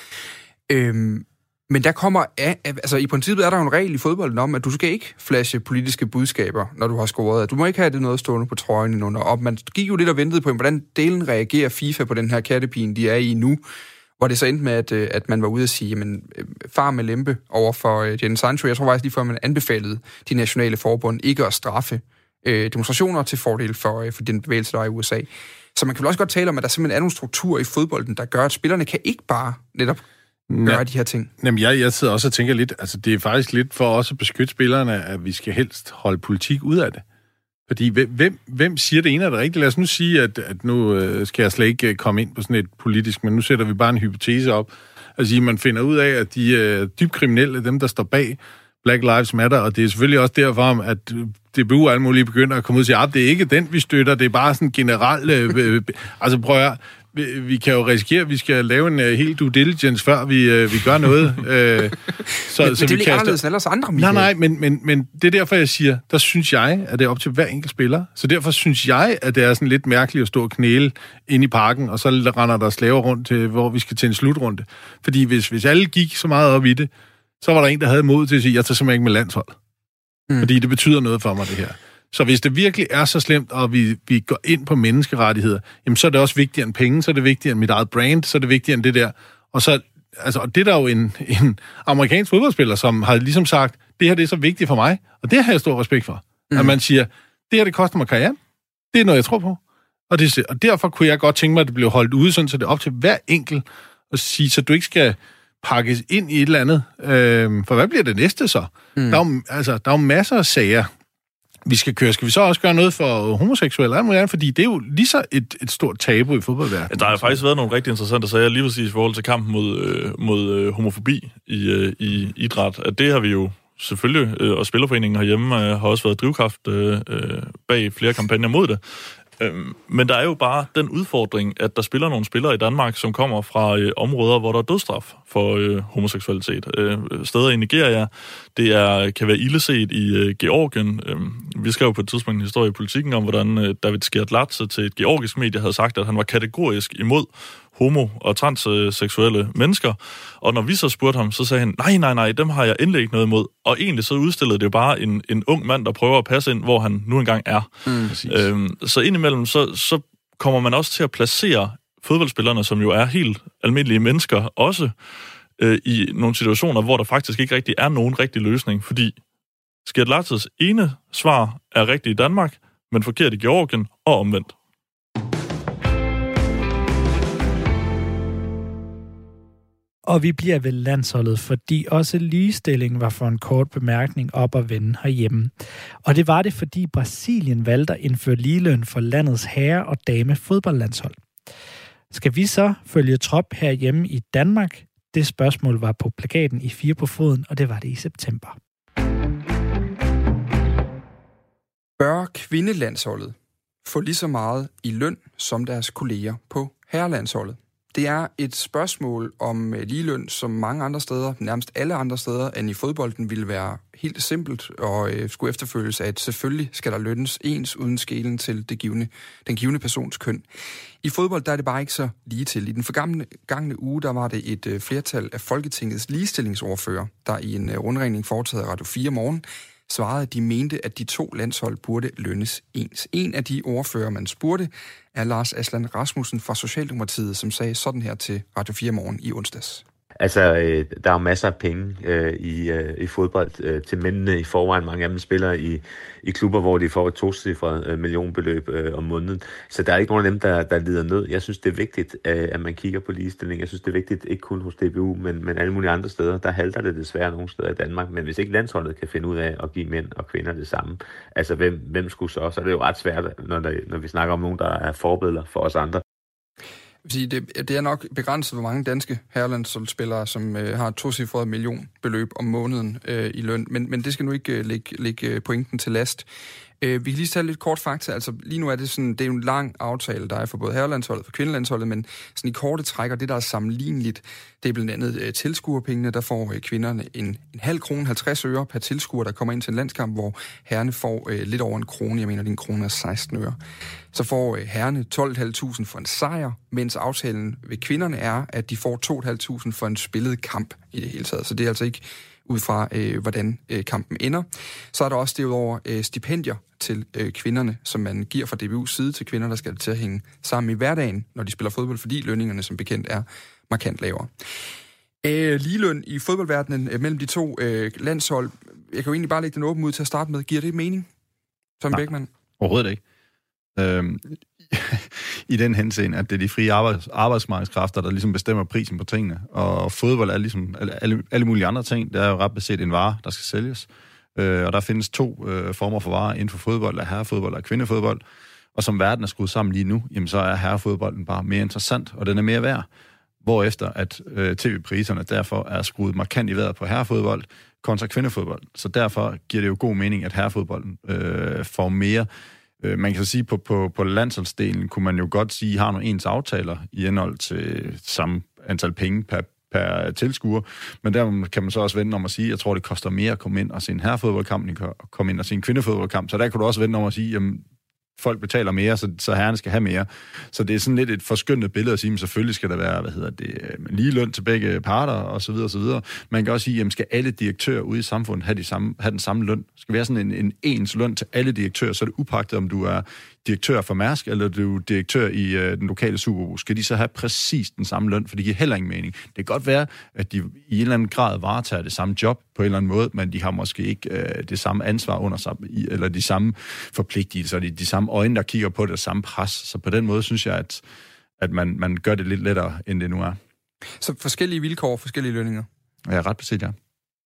Øhm, men der kommer, af, altså i princippet er der jo en regel i fodbolden om, at du skal ikke flashe politiske budskaber, når du har scoret. Du må ikke have det noget stående på trøjen under. Og man gik jo lidt og ventede på, hvordan delen reagerer FIFA på den her kattepine, de er i nu, hvor det så endte med, at, at man var ude at sige, jamen, far med lempe over for Jadon Sancho. Jeg tror faktisk lige før, man anbefalede de nationale forbund ikke at straffe øh, demonstrationer til fordel for, øh, for den bevægelse, der er i U S A. Så man kan vel også godt tale om, at der simpelthen er nogle strukturer i fodbolden, der gør, at spillerne kan ikke bare netop gøre ja. de her ting. Jamen, jeg, jeg sidder også og tænker lidt, altså det er faktisk lidt for os at beskytte spillerne, at vi skal helst holde politik ud af det. Fordi hvem, hvem siger det ene er det rigtigt? Lad os nu sige, at, at nu øh, skal jeg slet ikke komme ind på sådan et politisk, men nu sætter vi bare en hypotese op. Altså, man finder ud af, at de er dybt kriminelle, dem der står bag Black Lives Matter, og det er selvfølgelig også derfor, at D B U og alle mulige begynder at komme ud og sige, at det er ikke den, vi støtter, det er bare sådan generelt... Øh, øh, altså prøv at vi, vi kan jo risikere, at vi skal lave en uh, helt due diligence, før vi, uh, vi gør noget. Uh, så, men, så men det er ikke anderledes end ellers andre, Michael. Nej, nej, men, men, men det er derfor, jeg siger, der synes jeg, at det er op til hver enkelt spiller. Så derfor synes jeg, at det er sådan lidt mærkeligt at stå og knæle inde i parken, og så render der slaver rundt til, hvor vi skal til en slutrunde. Fordi hvis, hvis alle gik så meget op i det, så var der en, der havde mod til at sige, jeg tager simpelthen ikke med landshold. Mm. Fordi det betyder noget for mig, det her. Så hvis det virkelig er så slemt, og vi, vi går ind på menneskerettigheder, jamen så er det også vigtigere end penge, så er det vigtigere end mit eget brand, så er det vigtigere end det der. Og så, altså, og det er der jo en, en amerikansk fodboldspiller, som har ligesom sagt, det her det er så vigtigt for mig, og det har jeg stor respekt for. Mm. At man siger, det her det koster mig karrieren, det er noget, jeg tror på. Og, det, og derfor kunne jeg godt tænke mig, at det blev holdt ude, sådan, så det er op til hver enkelt at sige, så du ikke skal pakkes ind i et eller andet. Øh, for hvad bliver det næste så? Mm. Der, er jo, altså, der er jo masser af sager, vi skal køre. Skal vi så også gøre noget for homoseksuelle? Fordi det er jo lige så et, et stort tabu i fodboldverdenen. Ja, der har faktisk været nogle rigtig interessante sager, lige præcis i forhold til kampen mod, øh, mod øh, homofobi i, øh, i idræt. At det har vi jo selvfølgelig, øh, og Spillerforeningen herhjemme øh, har også været drivkraft øh, bag flere kampagner mod det. Men der er jo bare den udfordring, at der spiller nogle spillere i Danmark, som kommer fra øh, områder, hvor der er dødsstraf for øh, homoseksualitet. Øh, steder i Nigeria, det er, kan være illeset i øh, Georgien. Øh, vi skrev på et tidspunkt en historie i Politikken om, hvordan øh, David Skjertlatze til et georgisk medie havde sagt, at han var kategorisk imod homo- og transseksuelle mennesker. Og når vi så spurgte ham, så sagde han, nej, nej, nej, dem har jeg endelig ikke noget imod. Og egentlig så udstillede det jo bare en, en ung mand, der prøver at passe ind, hvor han nu engang er. Mm, øhm, så indimellem, så, så kommer man også til at placere fodboldspillerne, som jo er helt almindelige mennesker, også øh, i nogle situationer, hvor der faktisk ikke rigtig er nogen rigtig løsning. Fordi Skjertlatzes ene svar er rigtigt i Danmark, men forkert i Georgien og omvendt. Og vi bliver ved landsholdet, fordi også ligestilling var for en kort bemærkning op at vende herhjemme. Og det var det, fordi Brasilien valgte at indføre ligeløn for landets herre- og dame fodboldlandshold. Skal vi så følge trop herhjemme i Danmark? Det spørgsmål var på plakaten i Fire på Foden, og det var det i september. Bør kvindelandsholdet få lige så meget i løn som deres kolleger på herrelandsholdet? Det er et spørgsmål om ligeløn, som mange andre steder, nærmest alle andre steder end i fodbolden, ville være helt simpelt og øh, skulle efterfølges af, at selvfølgelig skal der lønnes ens uden skelen til det givne, den givne persons køn. I fodbold der er det bare ikke så lige til. I den forgangne gangne uge, der var det et øh, flertal af Folketingets ligestillingsordfører, der i en øh, rundringning foretaget af Radio fire Morgen, svarede, at de mente, at de to landshold burde lønnes ens. En af de ordfører, man spurgte, er Lars Aslan Rasmussen fra Socialdemokratiet, som sagde sådan her til Radio fire Morgen i onsdags. Altså, øh, der er masser af penge øh, i, øh, i fodbold øh, til mændene i forvejen. Mange af dem spiller i, i klubber, hvor de får et tocifret øh, millionbeløb øh, om måneden. Så der er ikke nogen af dem, der, der lider nød. Jeg synes, det er vigtigt, øh, at man kigger på ligestilling. Jeg synes, det er vigtigt, ikke kun hos D B U, men, men alle mulige andre steder. Der halter det desværre nogle steder i Danmark. Men hvis ikke landsholdet kan finde ud af at give mænd og kvinder det samme, altså hvem, hvem skulle så? Så er det jo ret svært, når, der, når vi snakker om nogen, der er forbilleder for os andre. Det, det er nok begrænset, hvor mange danske herrelandsholdsspillere, som øh, har et tocifret millionbeløb om måneden øh, i løn, men, men det skal nu ikke øh, lægge, lægge pointen til last. Øh, vi kan lige tage lidt kort fakta. Altså, lige nu er det sådan, det er jo en lang aftale, der er for både herrelandsholdet og for kvindelandsholdet, men sådan i korte trækker, det der er sammenligneligt, det er blandt andet øh, tilskuerpengene, der får øh, kvinderne en, en halv krone, halvtreds øre per tilskuer, der kommer ind til en landskamp, hvor herrene får øh, lidt over en krone, jeg mener, det er en krone af seksten øre. Så får øh, herrene tolv tusind fem hundrede for en sejr, mens aftalen ved kvinderne er, at de får to tusind fem hundrede for en spillet kamp i det hele taget. Så det er altså ikke ud fra, øh, hvordan øh, kampen ender. Så er der også derudover øh, stipendier til øh, kvinderne, som man giver fra D B U's side til kvinder, der skal til at hænge sammen i hverdagen, når de spiller fodbold, fordi lønningerne som bekendt er markant lavere. Øh, ligeløn i fodboldverdenen øh, mellem de to øh, landshold, jeg kan jo egentlig bare lægge den åben ud til at starte med. Giver det mening, Tom Bækman? Overhovedet ikke. Øhm, I den henseende, at det er de frie arbejds, arbejdsmarkedskræfter, der ligesom bestemmer prisen på tingene. Og fodbold er ligesom alle, alle mulige andre ting. Det er jo ret beset en vare, der skal sælges. Øh, og der findes to øh, former for varer inden for fodbold, af herrefodbold og kvindefodbold. Og som verden er skruet sammen lige nu, jamen så er herrefodbolden bare mere interessant, og den er mere værd. Hvorefter at øh, tv-priserne derfor er skruet markant i vejret på herrefodbold kontra kvindefodbold. Så derfor giver det jo god mening, at herrefodbolden øh, får mere Øh, man kan så sige, på, på, på landsholdsdelen kunne man jo godt sige, at I har nogle ens aftaler i henhold til samme antal penge per, per tilskuer, men der kan man så også vende om at sige, jeg tror, det koster mere at komme ind og se en herrefodboldkamp, end at komme ind og se en kvindefodboldkamp, så der kan du også vende om at sige, jamen, folk betaler mere, så, så herrerne skal have mere. Så det er sådan lidt et forskyndet billede at sige, at selvfølgelig skal der være, hvad hedder det, lige løn til begge parter, og så videre, og så videre. Man kan også sige, jamen skal alle direktører ude i samfundet have, de samme, have den samme løn? Skal være sådan en, en ens løn til alle direktører, så er det upagtet, om du er direktør for Mærsk, eller du er direktør i øh, den lokale Superbrug. Skal de så have præcis den samme løn, for det giver heller ingen mening. Det kan godt være, at de i en eller anden grad varetager det samme job på en eller anden måde, men de har måske ikke øh, det samme ansvar under sig, eller de samme forpligtelser, de, de samme øjne, der kigger på det, og samme pres. Så på den måde synes jeg, at, at man, man gør det lidt lettere, end det nu er. Så forskellige vilkår, forskellige lønninger? Ja, ret beset, ja.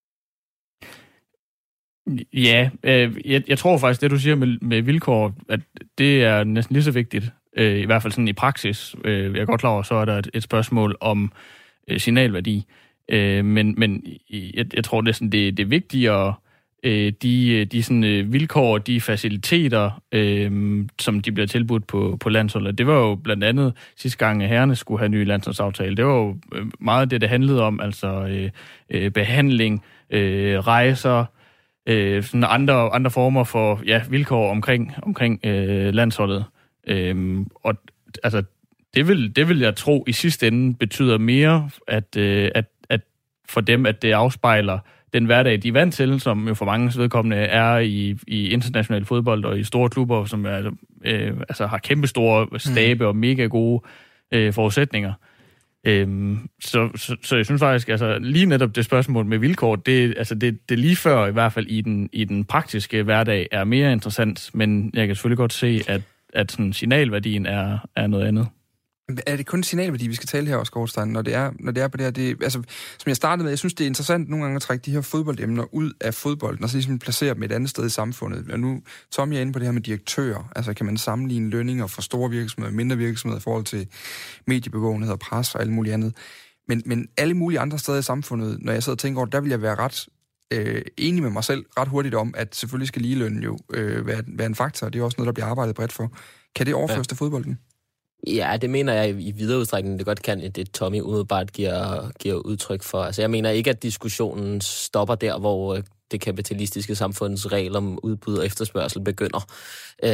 Ja, øh, jeg, jeg tror faktisk, det du siger med, med vilkår, at det er næsten lige så vigtigt, øh, i hvert fald sådan i praksis. Øh, jeg er godt klar over, så er der et, et spørgsmål om øh, signalværdi, øh, men, men jeg, jeg tror næsten, det, det er vigtigere, øh, de, de sådan, øh, vilkår, de faciliteter, øh, som de bliver tilbudt på, på landsholdet. Det var jo blandt andet sidste gang, at herrerne skulle have en ny landsholdsaftale. Det var jo meget af det, det handlede om, altså øh, øh, behandling, øh, rejser, Øh, sådan andre, andre former for ja, vilkår omkring, omkring øh, landsholdet. Øh, og altså, det vil, det vil jeg tro i sidste ende betyder mere, at, øh, at, at for dem, at det afspejler den hverdag, de er vant til, som jo for mange vedkommende er i, i international fodbold og i store klubber, som er, øh, altså har kæmpestore stabe og mega gode øh, forudsætninger. Øhm, så, så, så jeg synes faktisk, altså lige netop det spørgsmål med vilkår, det, altså det, det lige før i hvert fald i den, i den praktiske hverdag er mere interessant, men jeg kan selvfølgelig godt se, at, at sådan signalværdien er, er noget andet. Er det kun signalværdi, vi skal tale her også, Gårdstein, når det er, når det er på det her? Det, altså, som jeg startede med, jeg synes, det er interessant nogle gange at trække de her fodboldemner ud af fodbolden, og så ligesom placere dem et andet sted i samfundet. Og nu, Tom, jeg er inde på det her med direktører. Altså, kan man sammenligne lønninger for store virksomheder, mindre virksomheder i forhold til mediebevågenhed og pres og alt muligt andet. Men, men alle mulige andre steder i samfundet, når jeg sidder og tænker over det, der vil jeg være ret øh, enig med mig selv ret hurtigt om, at selvfølgelig skal ligelønnen jo øh, være, være en faktor. Det er også noget, der bliver arbejdet bredt for. Kan det overføres ja. til fodbolden? Ja, det mener jeg i videre udstrækning, det godt kan, det Tommy umiddelbart giver, giver udtryk for. Altså, jeg mener ikke, at diskussionen stopper der, hvor det kapitalistiske samfunds regler om udbud og efterspørgsel begynder. Øh,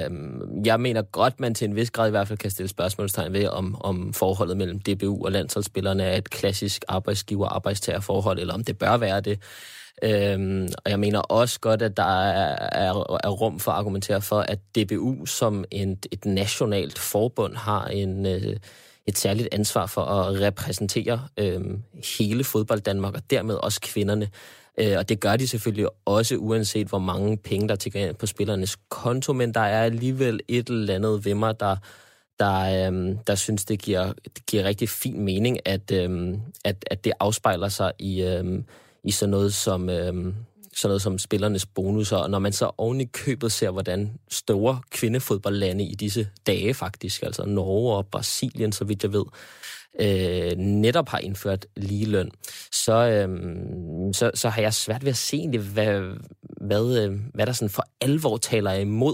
jeg mener godt, man til en vis grad i hvert fald kan stille spørgsmålstegn ved, om, om forholdet mellem D B U og landsholdsspillerne er et klassisk arbejdsgiver-arbejdstagerforhold, eller om det bør være det. Øhm, og jeg mener også godt, at der er, er, er rum for at argumentere for, at D B U som en, et nationalt forbund har en, øh, et særligt ansvar for at repræsentere øh, hele fodbold Danmark, og dermed også kvinderne. Øh, og det gør de selvfølgelig også, uanset hvor mange penge, der tigger på spillernes konto, men der er alligevel et eller andet ved mig, der, der, øh, der synes, det giver, det giver rigtig fin mening, at, øh, at, at det afspejler sig i... Øh, i sådan noget som øhm, sådan noget som spillernes bonusser, og når man så oven i købet ser, hvordan store kvindefodboldlande i disse dage faktisk, altså Norge og Brasilien, så vidt jeg ved, øh, netop har indført ligeløn, så, øhm, så, så har jeg svært ved at se egentlig, hvad, hvad, hvad der sådan for alvor taler imod,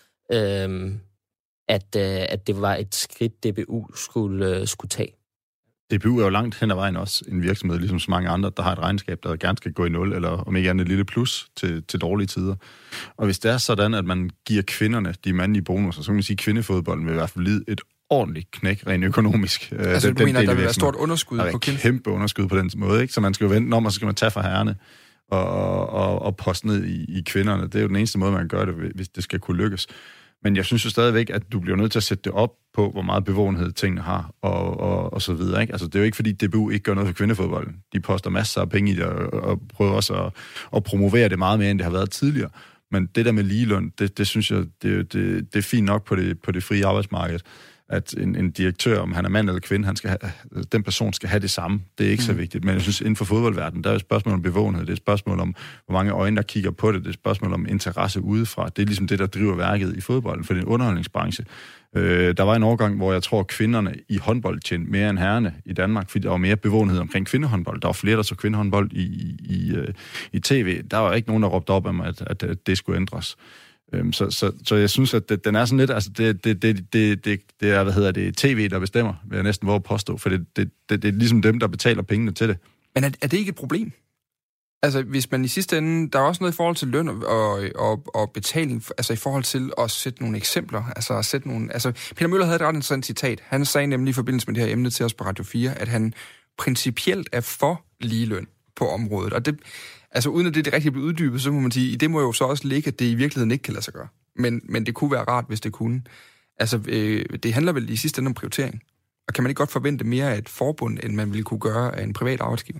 øhm, at, øh, at det var et skridt, D B U skulle, øh, skulle tage. D B U er jo langt hen ad vejen også en virksomhed, ligesom så mange andre, der har et regnskab, der gerne skal gå i nul, eller om ikke andet et lille plus til, til dårlige tider. Og hvis det er sådan, at man giver kvinderne de mandlige bonusser, så kan man sige, at kvindefodbolden vil i hvert fald lide et ordentligt knæk rent økonomisk. Altså den, du mener, at der vil være stort underskud på kvindefodbolden? Der er kæmpe underskud på den måde, ikke? Så man skal jo vente om, og så skal man tage fra herrerne og, og, og poste ned i, i kvinderne. Det er jo den eneste måde, man gør det, hvis det skal kunne lykkes. Men jeg synes jo stadigvæk, at du bliver nødt til at sætte det op på, hvor meget bevågenhed tingene har, og, og, og så videre. Ikke? Altså, det er jo ikke, fordi D B U ikke gør noget for kvindefodbolden. De poster masser af penge i det, og, og prøver også at, at promovere det meget mere, end det har været tidligere. Men det der med ligeløn, det, det synes jeg, det, det, det er fint nok på det, på det frie arbejdsmarked, at en, en direktør, om han er mand eller kvinde, han skal have, den person skal have det samme. Det er ikke mm. så vigtigt. Men jeg synes, inden for fodboldverdenen, der er et spørgsmål om bevågenhed. Det er et spørgsmål om, hvor mange øjne, der kigger på det. Det er et spørgsmål om interesse udefra. Det er ligesom det, der driver værket i fodbolden, for det er en underholdningsbranche. Øh, der var en årgang, hvor jeg tror, kvinderne i håndbold tjente mere end herrerne i Danmark, fordi der var mere bevågenhed omkring kvindehåndbold. Der var flere, der så kvindehåndbold i, i, i, i tv. Der var ikke nogen, der råbte op om, at, at, at det skulle ændres. Øhm, så, så, så jeg synes, at det, den er sådan lidt, altså det, det, det, det, det, det er, hvad hedder det, tv, der bestemmer, vil jeg næsten våge at påstå, for det, det, det, det er ligesom dem, der betaler pengene til det. Men er, er det ikke et problem? Altså, hvis man i sidste ende, der er også noget i forhold til løn og, og, og betaling, altså i forhold til at sætte nogle eksempler, altså at sætte nogle, altså Peter Møller havde et ret interessant citat. Han sagde nemlig i forbindelse med det her emne til os på Radio fire, at han principielt er for ligeløn på området. Og det, altså uden at det, det rigtig bliver uddybet, så må man sige, det må jo så også ligge, at det i virkeligheden ikke kan lade sig gøre. Men, men det kunne være rart, hvis det kunne. Altså, øh, det handler vel i sidste ende om prioritering. Og kan man ikke godt forvente mere af et forbund, end man ville kunne gøre af en privat arbejdsgiver?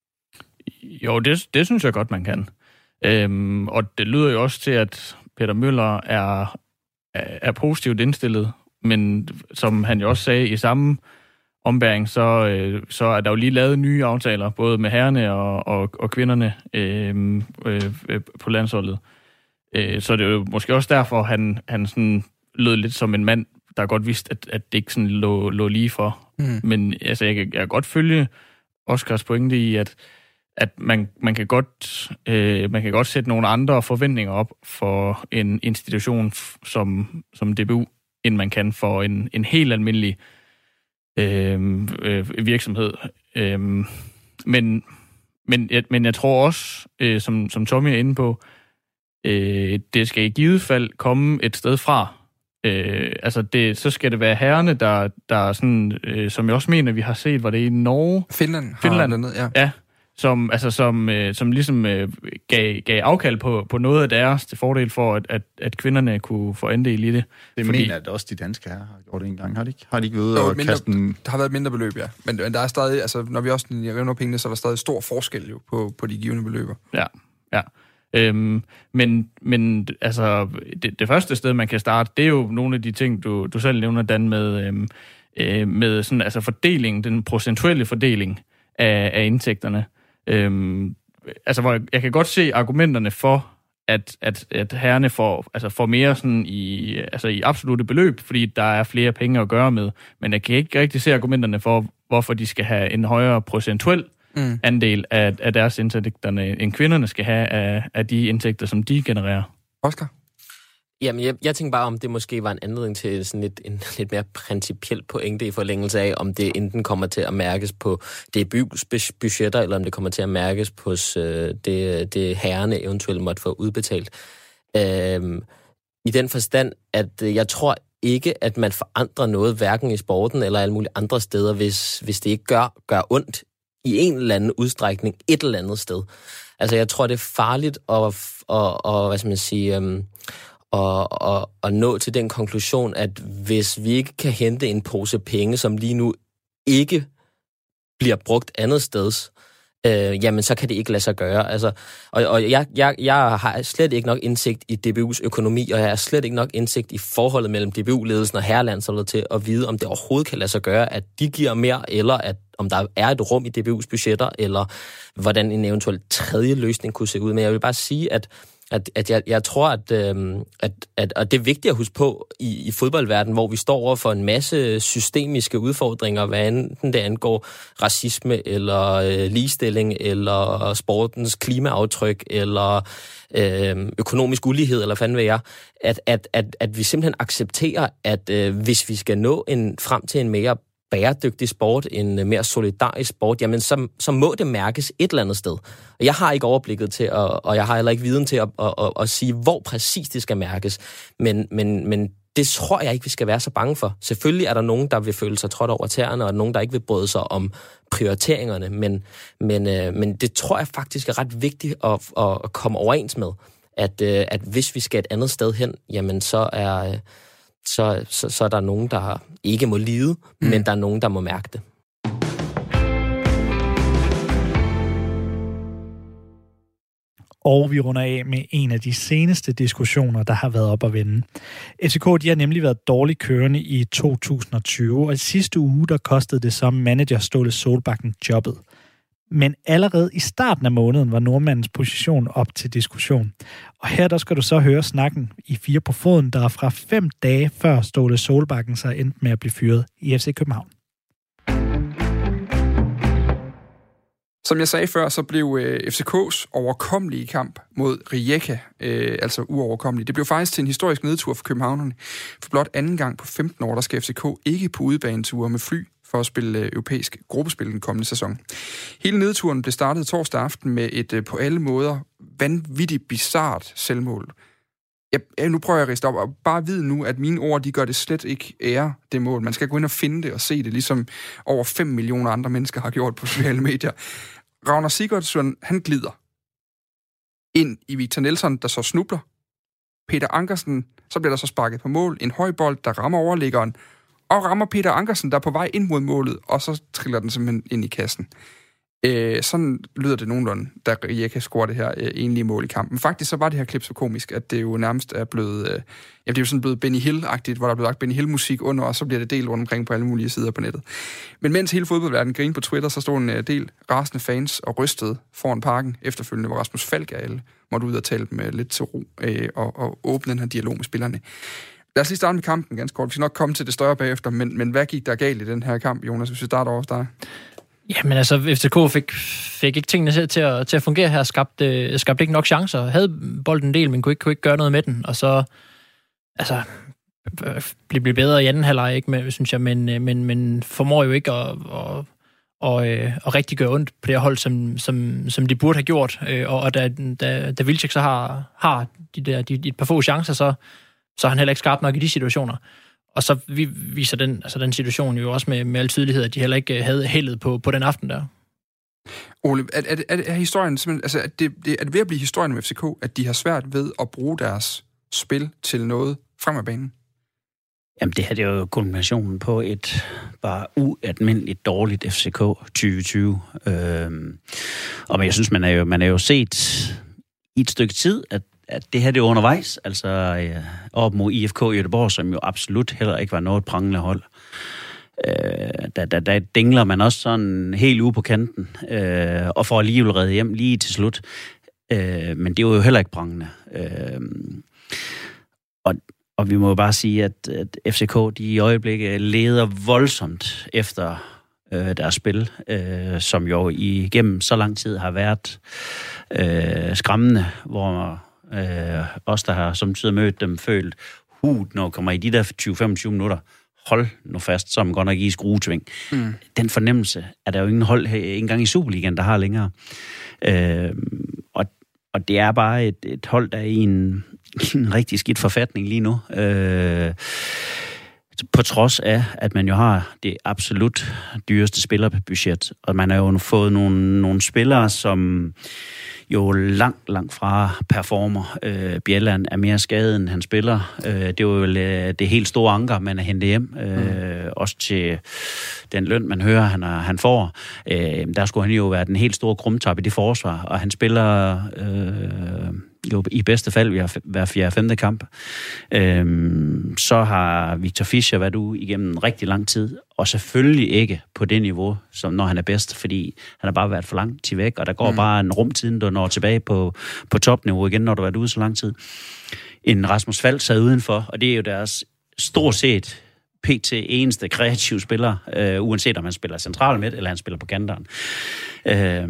Jo, det, det synes jeg godt, man kan. Øhm, og det lyder jo også til, at Peter Møller er, er, er positivt indstillet, men som han jo også sagde i samme ombæring, så, øh, så er der jo lige lavet nye aftaler, både med herrerne og, og, og kvinderne øh, øh, på landsholdet. Øh, så det er jo måske også derfor, han, han sådan lød lidt som en mand, der godt vidste, at, at det ikke sådan lå, lå lige for. Mm. Men altså, jeg, kan, jeg kan godt følge Oscars pointe i, at at man, man, kan godt, øh, man kan godt sætte nogle andre forventninger op for en institution som, som D B U, end man kan for en, en helt almindelig øh, øh, virksomhed. Øh, men, men, jeg, men jeg tror også, øh, som, som Tommy er inde på, øh, det skal i givet fald komme et sted fra. Øh, altså det, så skal det være herrerne, der, der sådan, øh, som jeg også mener, vi har set, var det i Norge? Finland. Finland, landet, ja. Ja. Som, altså, som, øh, som ligesom øh, gav, gav afkald på, på noget af deres til fordel for, at, at, at kvinderne kunne få andel i det. Det Fordi, mener jeg, at også de danske herrer har gjort det en gang. Har de ikke, har de ikke ved at mindre, kaste en... Der har været et mindre beløb, ja. Men, men der er stadig, altså når vi også revner pengene, så er der stadig stor forskel jo på, på de givende beløber. Ja, ja. Øhm, men, men altså, det, det første sted, man kan starte, det er jo nogle af de ting, du, du selv nævner, Dan, med, øhm, øh, med sådan, altså fordelingen, den procentuelle fordeling af, af indtægterne. Øhm, altså, hvor jeg, jeg kan godt se argumenterne for, at, at, at herrerne får, altså får mere sådan i, altså i absolutte beløb, fordi der er flere penge at gøre med. Men jeg kan ikke rigtig se argumenterne for, hvorfor de skal have en højere procentuel mm. andel af, af deres indtægter, end kvinderne skal have af, af de indtægter, som de genererer. Oscar? Jamen, jeg, jeg tænker bare, om det måske var en anledning til sådan lidt, en lidt mere principiel pointe i forlængelse af, om det enten kommer til at mærkes på D B U's budgetter, eller om det kommer til at mærkes på øh, det, det herrerne eventuelt måtte få udbetalt. Øhm, I den forstand, at jeg tror ikke, at man forandrer noget, hverken i sporten eller alle mulige andre steder, hvis, hvis det ikke gør, gør ondt i en eller anden udstrækning et eller andet sted. Altså, jeg tror, det er farligt at, og, og, hvad skal man sige... Øhm, Og, og, og nå til den konklusion, at hvis vi ikke kan hente en pose penge, som lige nu ikke bliver brugt andet steds, øh, jamen så kan det ikke lade sig gøre. Altså, og og jeg, jeg, jeg har slet ikke nok indsigt i D B U's økonomi, og jeg har slet ikke nok indsigt i forholdet mellem D B U-ledelsen og herrelandsholdet til at vide, om det overhovedet kan lade sig gøre, at de giver mere, eller at om der er et rum i D B U's budgetter, eller hvordan en eventuel tredje løsning kunne se ud. Men jeg vil bare sige, at At, at jeg, jeg tror, at, øh, at, at, at det er vigtigt at huske på i, i fodboldverdenen, hvor vi står over for en masse systemiske udfordringer, hvad enten det angår racisme, eller øh, ligestilling, eller sportens klimaaftryk, eller øh, økonomisk ulighed, eller fanden ved jeg, at, at, at, at vi simpelthen accepterer, at øh, hvis vi skal nå en, frem til en mere bæredygtig sport, en mere solidarisk sport, jamen så, så må det mærkes et eller andet sted. Og jeg har ikke overblikket til, at, og jeg har heller ikke viden til at, at, at, at sige, hvor præcis det skal mærkes. Men, men, men det tror jeg ikke, vi skal være så bange for. Selvfølgelig er der nogen, der vil føle sig trådt over tæerne, og nogen, der ikke vil bryde sig om prioriteringerne, men, men, men det tror jeg faktisk er ret vigtigt at, at komme overens med, at, at hvis vi skal et andet sted hen, jamen så er... Så, så, så er der nogen, der ikke må lide, mm. men der er nogen, der må mærke det. Og vi runder af med en af de seneste diskussioner, der har været op at vende. F C K de har nemlig været dårligt kørende i to tusind og tyve, og i sidste uge der kostede det som manager Ståle Solbakken jobbet. Men allerede i starten af måneden var nordmandens position op til diskussion. Og her der skal du så høre snakken i Fire på Foden, der er fra fem dage før Ståle Solbakken så endte med at blive fyret i F C København. Som jeg sagde før, så blev øh, F C K's overkommelige kamp mod Rijeka, øh, altså uoverkommelig. Det blev faktisk til en historisk nedtur for københavnerne. For blot anden gang på femten år, der skal F C K ikke på udebaneture med fly for at spille øh, europæisk gruppespil den kommende sæson. Hele nedturen blev startet torsdag aften med et øh, på alle måder vanvittigt bizart selvmål. Jeg, nu prøver jeg at riste op, og bare vide nu, at mine ord, de gør det slet ikke ære, det mål. Man skal gå ind og finde det og se det, ligesom over fem millioner andre mennesker har gjort på sociale medier. Ragnar Sigurdsson, han glider ind i Victor Nelsson, der så snubler. Peter Ankersen, så bliver der så sparket på mål. En høj bold, der rammer overliggeren, og rammer Peter Ankersen, der er på vej ind mod målet, og så triller den simpelthen ind i kassen. Øh, sådan lyder det nogenlunde, da Rijeka scorer det her øh, enlige mål i kampen. Faktisk så var det her klip så komisk, at det jo nærmest er blevet, øh, ja, det er jo sådan blevet Benny Hill-agtigt, hvor der er blevet lagt Benny Hill-musik under, og så bliver det delt rundt omkring på alle mulige sider på nettet. Men mens hele fodboldverdenen grinede på Twitter, så stod en øh, del rasende fans og rystede foran parken efterfølgende, hvor Rasmus Falk af alle måtte ud og tale med lidt til ro øh, og, og åbne den her dialog med spillerne. Lad os lige starte med kampen ganske kort. Vi skal nok komme til det større bagefter, men, men hvad gik der galt i den her kamp, Jonas, hvis vi starter over hos dig? Jamen altså, F C K fik, fik ikke tingene til at, til at fungere her, skabte, skabte ikke nok chancer, havde bolden en del, men kunne ikke, kunne ikke gøre noget med den, og så altså, blev, blev bedre i anden halvleg, ikke, med, synes jeg, men, men, men formår jo ikke at, at, at, at rigtig gøre ondt på det her hold, som, som, som de burde have gjort, og, og da, da, da Wilczek så har, har de der, de, de et par få chancer, så, så er han heller ikke skarp nok i de situationer. Og så vi viser den, altså den situation jo også med, med al tydelighed, at de heller ikke havde heldet på, på den aften der. Ole, er, er, er, er historien simpelthen, altså er det, det, er det ved at blive historien med F C K, at de har svært ved at bruge deres spil til noget frem af banen? Jamen det her det er jo kombinationen på et bare ualmindeligt dårligt F C K tyve tyve. Øhm, og men jeg synes, man er jo, man er jo set i et stykke tid, at at det her det er undervejs, altså øh, op mod I F K Göteborg, som jo absolut heller ikke var noget prangende hold. Øh, der, der, der dingler man også sådan helt ude på kanten, øh, og får alligevel reddet hjem lige til slut. Øh, men det var jo heller ikke prangende. Øh, og, og vi må jo bare sige, at, at F C K de i øjeblikket leder voldsomt efter øh, deres spil, øh, som jo igennem så lang tid har været øh, skræmmende, hvor Øh, os, der har samtidig mødt dem, følt, hud, når vi kommer i de der tyve til femogtyve minutter, hold nu fast, som godt nok i skruetving. Mm. Den fornemmelse er der jo ingen hold her, ikke engang i Superligaen, der har længere. Øh, og, og det er bare et, et hold, der er i en, en rigtig skidt forfatning lige nu. Øh, på trods af, at man jo har det absolut dyreste spillerbudget, og man har jo fået nogle, nogle spillere, som jo langt, langt fra performer. Øh, Bjelland er mere skadet, end han spiller. Øh, det er jo det helt store anker, man er hentet hjem. Øh, mm. Også til den løn, man hører, han, er, han får. Øh, der skulle han jo være den helt store krumtap i det forsvar, og han spiller øh, jo i bedste fald hver fjerde femte kamp. Øh, så har Victor Fischer været ude igennem en rigtig lang tid, og selvfølgelig ikke på det niveau, som når han er bedst, fordi han har bare været for lang tid væk, og der går mm. bare en rumtid, du når tilbage på, på topniveau igen, når du har været ude så lang tid. En Rasmus Falk sad udenfor, og det er jo deres stort set P T eneste kreative spiller, øh, uanset om han spiller central midt, eller han spiller på kanteren. Øh,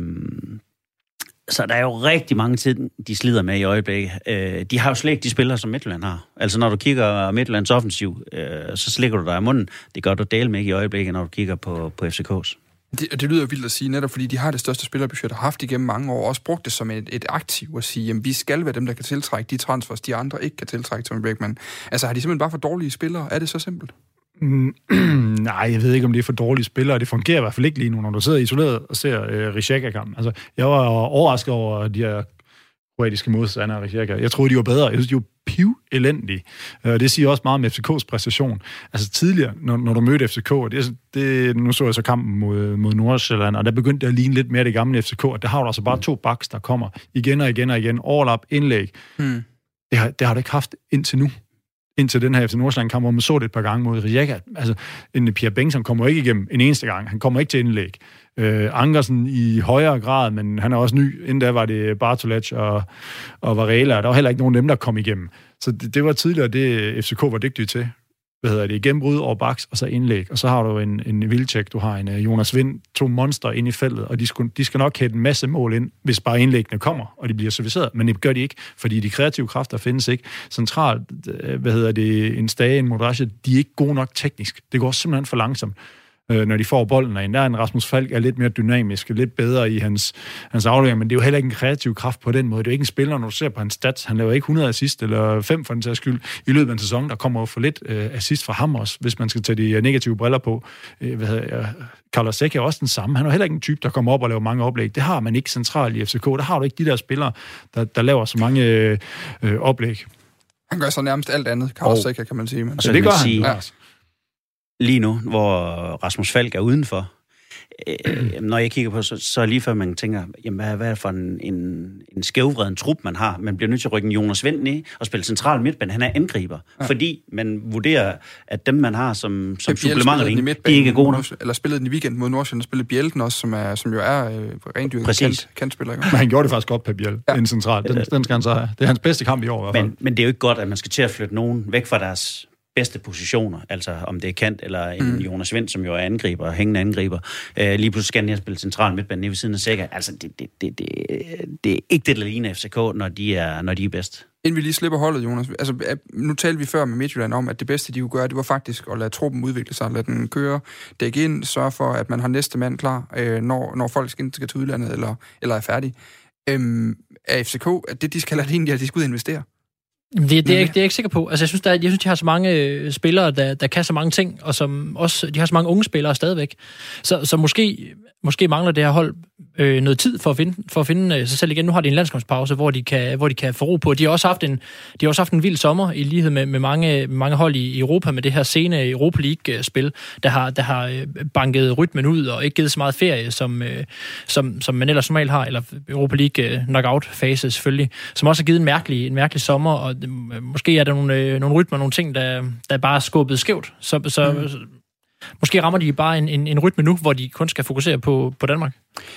Så der er jo rigtig mange ting, de slider med i øjeblikket. Øh, de har jo slet ikke de spillere, som Midtjylland har. Altså, når du kigger Midtjyllands offensiv, øh, så slikker du dig i munden. Det gør du del med ikke i øjeblikket, når du kigger på, på F C K's. Det, det lyder vildt at sige, netop fordi de har det største spillerbudget, har haft igennem mange år, og også brugt det som et, et aktiv at sige, jamen vi skal være dem, der kan tiltrække de transfers, de andre ikke kan tiltrække, Tommy Bækman. Altså, har de simpelthen bare for dårlige spillere? Er det så simpelt? Mm, nej, jeg ved ikke, om det er for dårlige spillere. Det fungerer i hvert fald ikke lige nu, når du sidder isoleret og ser øh, Rijeka-kampen. Altså, jeg var overrasket over de her kroatiske modstandere af Rijeka. Jeg troede, de var bedre. Jeg synes, de var piv-elendige. Og det siger også meget om F C K's præstation. Altså tidligere, når, når du mødte F C K, og det, det, nu så jeg så kampen mod, mod Nordsjælland, og der begyndte det at ligne lidt mere det gamle F C K, og der har du altså bare to backs, der kommer igen og igen og igen. Overlap, indlæg. Hmm. Det, har, det har du ikke haft indtil nu. Indtil den her F C Nordsjælland-kamp, hvor man så det et par gange mod Rijeka. Altså, en Pierre Bengtsson kommer ikke igennem en eneste gang. Han kommer ikke til indlæg. Øh, Ankersen i højere grad, men han er også ny. Inden da var det Bartolec og, og Varela, og der var heller ikke nogen af dem, der kom igennem. Så det, det var tidligere det, F C K var dygtige til. hvad hedder det, gennembrud over baks, og så indlæg. Og så har du en, en Wilczek, du har en uh, Jonas Vind, to monster inde i feltet, og de skal, de skal nok hætte en masse mål ind, hvis bare indlæggene kommer, og de bliver serviceret. Men det gør de ikke, fordi de kreative kræfter findes ikke. Centralt, hvad hedder det, en Stage, en Modric, de er ikke gode nok teknisk. Det går simpelthen for langsomt, når de får bolden derinde. Der er en Rasmus Falk er lidt mere dynamisk, lidt bedre i hans, hans aflevering, men det er jo heller ikke en kreativ kraft på den måde. Det er jo ikke en spiller, når du ser på hans stats. Han laver ikke hundrede assist, eller fem for den sags skyld. I løbet af en sæson, der kommer jo for lidt uh, assist fra ham også, hvis man skal tage de negative briller på. Uh, hvad hedder jeg? Carlos Sæk er også den samme. Han er heller ikke en type, der kommer op og laver mange oplæg. Det har man ikke centralt i F C K. Der har du ikke de der spillere, der, der laver så mange uh, oplæg. Han gør så nærmest alt andet, Carlos Sæk, kan man sige. Men. Altså, det gør han. Sige, ja. Lige nu, hvor Rasmus Falk er udenfor, øh, når jeg kigger på, så, så lige før man tænker, jamen, hvad, hvad er det for en, en, en skævvreden trup, man har? Man bliver nødt til at rykke en Jonas Vind ned og spille central midtbane. Han er angriber, ja. Fordi man vurderer, at dem, man har som, som supplementer, de ikke er gode nok. Eller spillede den i weekend mod Nordsjælland, og spillede Bjelden også, som, er, som jo er øh, rendyrket kant, kantspiller. Men han gjorde det faktisk godt, Per Bjel, ja. En central. Den, den skal han så have. Det er hans bedste kamp i år i hvert fald. Men, men det er jo ikke godt, at man skal til at flytte nogen væk fra deres bedste positioner, altså om det er Kant eller en mm. Jonas Vind, som jo er angriber, hængende angriber. Øh, lige pludselig skal han spille central midtbane ved siden af Sækker. Altså, det, det, det, det, det er ikke det, der ligner F C K, når de er, når de er bedst. Inden vi lige slipper holdet, Jonas. Altså, nu talte vi før med Midtjylland om, at det bedste, de kunne gøre, det var faktisk at lade truppen udvikle sig, lade den køre, dække ind, sørge for, at man har næste mand klar, øh, når, når folk skal til udlandet eller, eller er færdige. Øhm, er F C K, at det, de skal lade det egentlig, at de skal ud og investere? Det, det, er, det er jeg ikke sikker på. Altså, jeg synes, der, jeg synes, de har så mange øh, spillere, der, der kan så mange ting, og som også, de har så mange unge spillere stadigvæk. Så, så måske, måske mangler det her hold øh, noget tid for at finde, for at finde øh, sig selv igen. Nu har de en landskampspause, hvor de kan, hvor de kan få ro på. De har også haft en, de har også haft en vild sommer, i lighed med, med mange, mange hold i Europa, med det her sene Europa League-spil, der har, der har banket rytmen ud, og ikke givet så meget ferie, som, øh, som, som man ellers normalt har, eller Europa League knockout-fase selvfølgelig, som også har givet en mærkelig, en mærkelig sommer, og måske er der nogle, øh, nogle rytmer, nogle ting, der, der bare er skubbet skævt. Så, så mm. måske rammer de bare en, en, en rytme nu, hvor de kun skal fokusere på, på Danmark.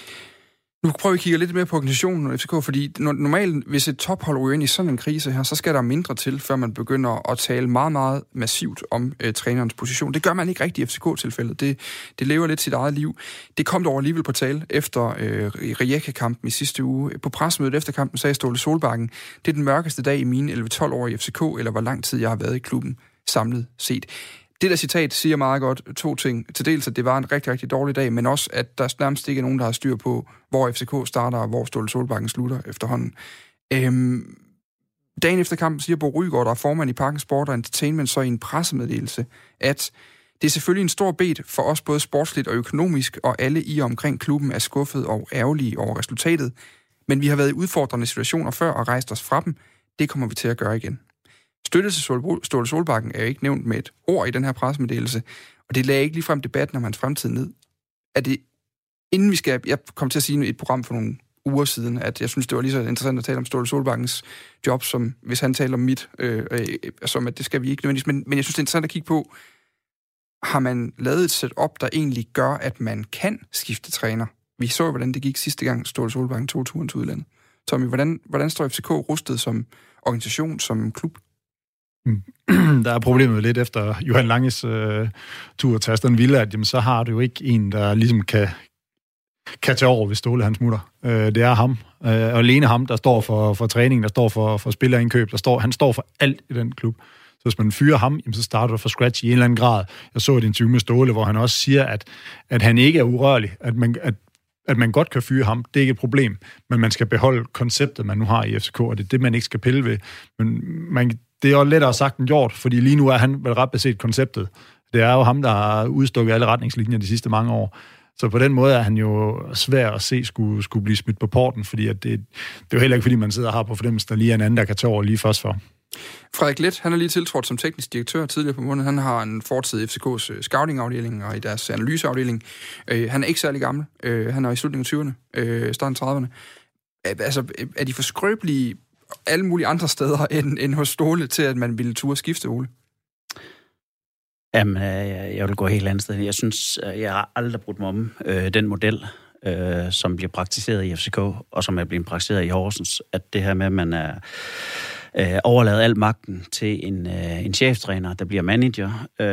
Nu prøver vi at kigge lidt mere på organisationen og F C K, fordi normalt, hvis et tophold ryger ind i sådan en krise her, så skal der mindre til, før man begynder at tale meget, meget massivt om øh, trænerens position. Det gør man ikke rigtigt i F C K-tilfældet. Det, det lever lidt sit eget liv. Det kom dog alligevel på tale efter øh, Rijeka-kampen i sidste uge. På pressemødet efter kampen sagde Ståle Solbakken, det er den mørkeste dag i mine elleve tolv år i F C K, eller hvor lang tid jeg har været i klubben samlet set. Det der citat siger meget godt to ting. Til dels, at det var en rigtig, rigtig dårlig dag, men også, at der nærmest ikke er nogen, der har styr på, hvor F C K starter, og hvor Ståle Solbakken slutter efterhånden. Øhm, dagen efter kampen siger Bo Rygaard, der er formand i Parken Sport og Entertainment, så i en pressemeddelelse, at det er selvfølgelig en stor bed for os, både sportsligt og økonomisk, og alle i og omkring klubben er skuffet og ærgerlige over resultatet. Men vi har været i udfordrende situationer før og rejst os fra dem. Det kommer vi til at gøre igen. Støtte til Ståle Solbakken er jo ikke nævnt med et ord i den her pressemeddelelse, og det lagde ikke ligefrem debatten om hans fremtid ned. Er det, inden vi skal, jeg kom til at sige i et program for nogle uger siden, at jeg synes, det var lige så interessant at tale om Ståle Solbakkens job, som hvis han taler om mit, øh, øh, som at det skal vi ikke nødvendigvis, men, men jeg synes, det er interessant at kigge på, har man lavet et setup, der egentlig gør, at man kan skifte træner? Vi så jo, hvordan det gik sidste gang, Ståle Solbakken tog turen til udlandet. Tommy, hvordan, hvordan står F C K rustet som organisation, som klub? Der er problemet lidt efter Johan Langes øh, tur til Aston Villa, at jamen, så har du jo ikke en, der ligesom kan, kan tage over, hvis Ståle han smutter. Øh, det er ham. Øh, og alene ham, der står for, for træning, der står for, for spillerindkøb, der står, han står for alt i den klub. Så hvis man fyrer ham, jamen, så starter du fra scratch i en eller anden grad. Jeg så et interview med Ståle, hvor han også siger, at, at han ikke er urørlig, at man, at, at man godt kan fyre ham, det er ikke et problem, men man skal beholde konceptet, man nu har i F C K, og det er det, man ikke skal pille ved. Men man det er jo lettere sagt end gjort, fordi lige nu er han vel ret beset konceptet. Det er jo ham, der har udstukket alle retningslinjer de sidste mange år. Så på den måde er han jo svær at se skulle, skulle blive smidt på porten, fordi at det, det er jo heller ikke, fordi man sidder og har på fornemmelsen, der lige er en anden, der kan tage over lige først for. Frederik Leth, han er lige tiltrådt som teknisk direktør tidligere på måneden. Han har en fortid i F C K's scouting-afdeling og i deres analyseafdeling. Øh, han er ikke særlig gammel. Øh, han er i slutningen af tyverne, øh, starten af trediverne. Altså, er de for skrøbelige alle mulige andre steder end, end hos Ståle til, at man ville turde skifte, Ole? Jamen, jeg vil gå helt andet sted. Jeg synes, jeg har aldrig brugt mig om øh, den model, øh, som bliver praktiseret i F C K, og som er blevet praktiseret i Horsens, at det her med, at man er, øh, overlade al magten til en, øh, en cheftræner, der bliver manager. Øh,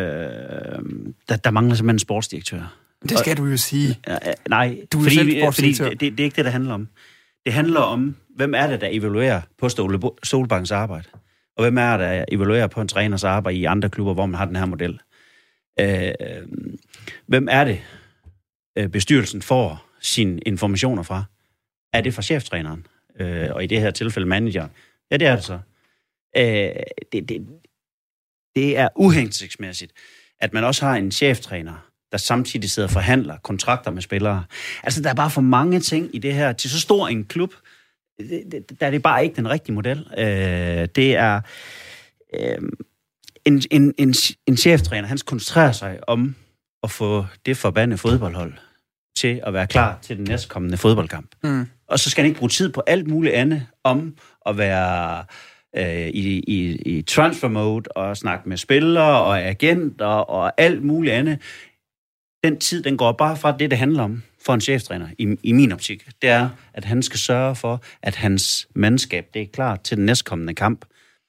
der, der mangler simpelthen en sportsdirektør. Det skal du jo sige. Øh, øh, nej, du er fordi, selv fordi det, det, det er ikke det, der handler om. Det handler om, hvem er det, der evaluerer på Ståle Solbakkens arbejde? Og hvem er det, der evaluerer på en træners arbejde i andre klubber, hvor man har den her model? Øh, hvem er det, bestyrelsen får sine informationer fra? Er det fra cheftræneren? Øh, og i det her tilfælde manageren? Ja, det er det så. Øh, det, det, det er uhensigtsmæssigt, at man også har en cheftræner, der samtidig sidder og forhandler kontrakter med spillere. Altså, der er bare for mange ting i det her. Til så stor en klub, der er det bare ikke den rigtige model. Øh, det er øh, en, en, en, en cheftræner, han koncentrerer sig om at få det forbandede fodboldhold til at være klar til den næstkommende fodboldkamp. Mm. Og så skal han ikke bruge tid på alt muligt andet om at være øh, i, i, i transfer mode og snakke med spillere og agenter og alt muligt andet. Den tid, den går bare fra det, det handler om for en cheftræner, i, i min optik. Det er, at han skal sørge for, at hans mandskab det er klar til den næstkommende kamp.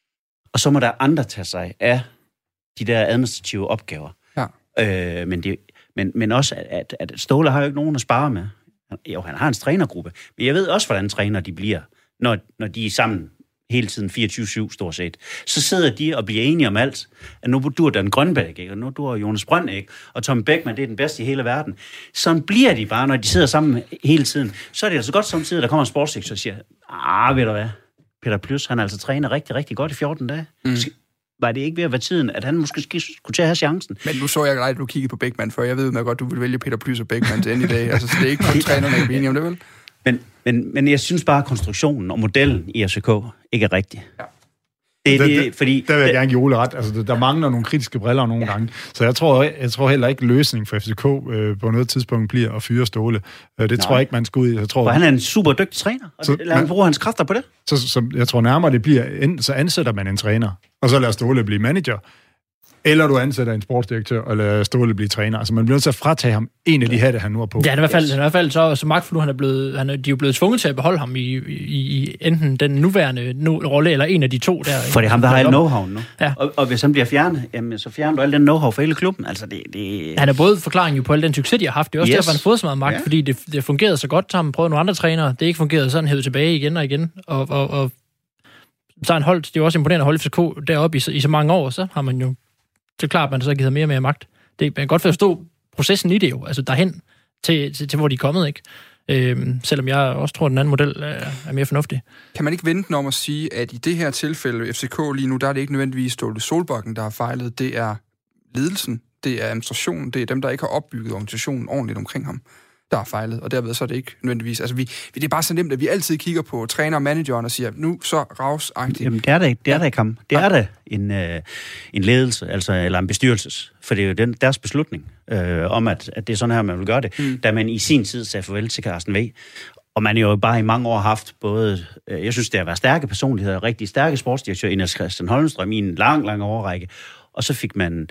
Og så må der andre tage sig af de der administrative opgaver. Ja. Øh, men, det, men, men også, at, at Ståle har jo ikke nogen at spare med. Jo, han har en trænergruppe, men jeg ved også, hvordan træner de bliver, når, når de er sammen hele tiden fireogtyve syv stort set. Så sidder de og bliver enige om alt. At nu dur Dan Grønbæk, ikke? Og nu dur Jonas Brønd, ikke? Og Tom Beckmann, det er den bedste i hele verden. Sådan bliver de bare, når de sidder sammen hele tiden. Så er det altså godt samtidig, der kommer en sportsdirektør og siger, ah, ved du hvad, Peter Plys, han er altså træner rigtig, rigtig godt i fjorten dage. Mm. Var det ikke ved at være tiden, at han måske skulle til at have chancen? Men nu så jeg dig, at du kiggede på Beckmann før. Jeg ved jo godt, du vil vælge Peter Plys og Beckmann til end i dag. Altså, så det er ikke kun trænerne, jeg er enige om det, vel? Men, men, men jeg synes bare, at konstruktionen og modellen i F C K ikke er rigtig. Ja. Det, det, det, fordi, der vil jeg gerne give Ole ret. Altså, der mangler nogle kritiske briller nogle ja. gange. Så jeg tror, jeg tror heller ikke, løsningen for F C K øh, på noget tidspunkt bliver at fyre Ståle. Øh, det Nej. tror jeg ikke, man skal ud i. Jeg tror, for han er en super dygtig træner, og så, lad han bruge hans kræfter på det. Så, så jeg tror nærmere, det bliver, så ansætter man en træner, og så lader Ståle blive manager. Eller du ansætter en sportsdirektør, og lader Ståle blive træner. Altså, man bliver nødt til at fratage ham en af de hatte, han nu er på. Ja, han er i hvert fald, yes. i hvert fald så, så magtfuld, han er blevet, han er, de er jo blevet tvunget til at beholde ham i, i, i enten den nuværende nu, rolle, eller en af de to der. For det er ham, der har alt know-how nu. Ja. Og, og hvis han bliver fjernet, jamen, så fjerner du al den know-how for hele klubben. Altså, det, det... Han er både forklaring jo på al den succes, de har haft. Det er også yes. derfor, han har fået så meget magt, ja. fordi det, det fungerede så godt. Så har man prøvet nogle andre trænere. Det ikke fungerede, så han hævet tilbage igen og igen. Og, og, og så har han holdt, det er jo også imponerende at holde F C K deroppe i, i så mange år, så har man jo det er klart, at man så har givet mere og mere magt. Det, man kan godt forstå processen i det jo, altså derhen til, til, til hvor de er kommet, ikke? Øhm, selvom jeg også tror, at den anden model er, er mere fornuftig. Kan man ikke vente den om at sige, at i det her tilfælde, F C K lige nu, der er det ikke nødvendigvis Ståle Solbakken, der har fejlet, det er ledelsen, det er administrationen, det er dem, der ikke har opbygget organisationen ordentligt omkring ham, der har fejlet, og derved så er det ikke nødvendigvis. Altså, vi, det er bare så nemt, at vi altid kigger på træner og manageren og siger, nu så ravsagtigt. Jamen, det er der ikke, det er der ikke ham. Det er der en, øh, en ledelse, altså, eller en bestyrelses, for det er jo den, deres beslutning øh, om, at, at det er sådan her, man vil gøre det, mm. da man i sin tid sagde farvel til Carsten V. Og man jo bare i mange år haft både, øh, jeg synes, det har været stærke personligheder, rigtig stærke sportsdirektør, Ines Christian Holmstrøm i en lang, lang årrække, og så fik man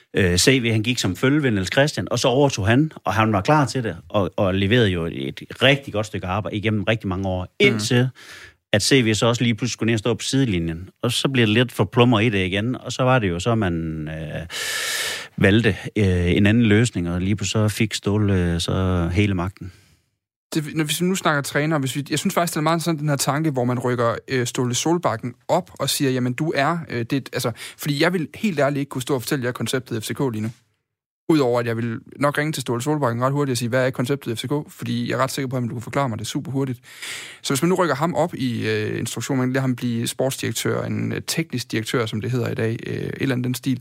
C V, han gik som følge ved Niels Christian, og så overtog han, og han var klar til det, og, og leverede jo et rigtig godt stykke arbejde igennem rigtig mange år, indtil mm. at C V så også lige pludselig skulle ned og stå på sidelinjen, og så blev det lidt for plummer i det igen, og så var det jo så, man øh, valgte øh, en anden løsning, og lige pludselig så fik Ståle øh, så hele magten. Det, når vi nu snakker træner, hvis vi, jeg synes faktisk, det er meget sådan den her tanke, hvor man rykker øh, Ståle Solbakken op og siger, jamen du er øh, det, altså, fordi jeg vil helt ærligt ikke kunne stå og fortælle jer konceptet F C K lige nu. Udover at jeg vil nok ringe til Ståle Solbakken ret hurtigt og sige, hvad er konceptet F C K? Fordi jeg er ret sikker på, at du kan forklare mig det super hurtigt. Så hvis man nu rykker ham op i øh, instruktionen, man kan lade ham blive sportsdirektør, en øh, teknisk direktør, som det hedder i dag, øh, et eller andet den stil.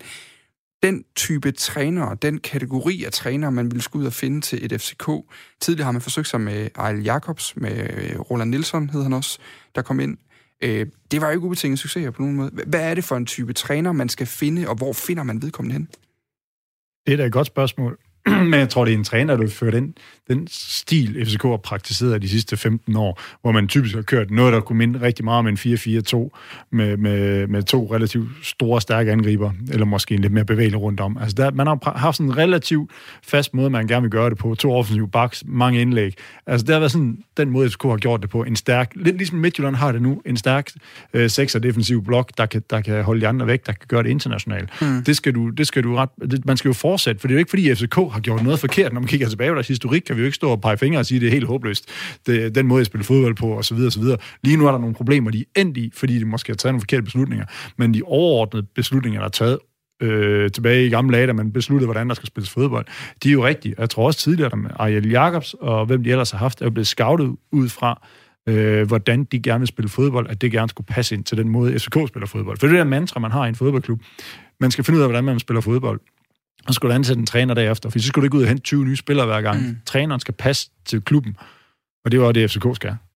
Den type trænere, den kategori af trænere, man ville skulle ud og finde til et F C K. Tidligere har man forsøgt sig med Ejl Jacobs, med Roland Nielsen hed han også, der kom ind. Det var jo ikke ubetinget succes på nogen måde. Hvad er det for en type træner, man skal finde, og hvor finder man vedkommende hen? Det er da et godt spørgsmål. Men jeg tror, det er en træner, der vil føre den, den stil, F C K har praktiseret de sidste femten år, hvor man typisk har kørt noget, der kunne minde rigtig meget om en fire fire to, med, med, med to relativt store, stærke angriber, eller måske en lidt mere bevægelig rundt om. Altså, der, man har haft sådan en relativt fast måde, man gerne vil gøre det på. To offensive backs, mange indlæg. Altså, det har været sådan den måde, F C K har gjort det på. En stærk, lidt ligesom Midtjylland har det nu, en stærk øh, sekser defensiv blok, der kan, der kan holde de andre væk, der kan gøre det internationalt. Mm. Det skal du, det skal du ret, det, man skal jo fortsætte, for det er jo ikke fordi F C K har gjort noget forkert. Når man kigger tilbage på deres historik, kan vi jo ikke stå og pege fingre og sige, at det er helt håbløst. Det, den måde, jeg spiller fodbold på, og så videre, og så videre. Lige nu er der nogle problemer, de er endt i, fordi de måske har taget nogle forkerte beslutninger. Men de overordnede beslutninger, der er taget øh, tilbage i gamle dage, da man besluttede, hvordan der skal spilles fodbold, de er jo rigtige. Jeg tror også tidligere, der med Ariel Jacobs og hvem de ellers har haft, er blevet scoutet ud fra, øh, hvordan de gerne vil spille fodbold, at det gerne skulle passe ind til den måde, F C K spiller fodbold. For det er det der mantra, man har i en fodboldklub. Man skal finde ud af, hvordan man spiller fodbold. Og så skulle du ansætte en træner derefter, for så skulle du ikke ud og hente tyve nye spillere hver gang. Mm. Træneren skal passe til klubben, og det var det, F C K skal.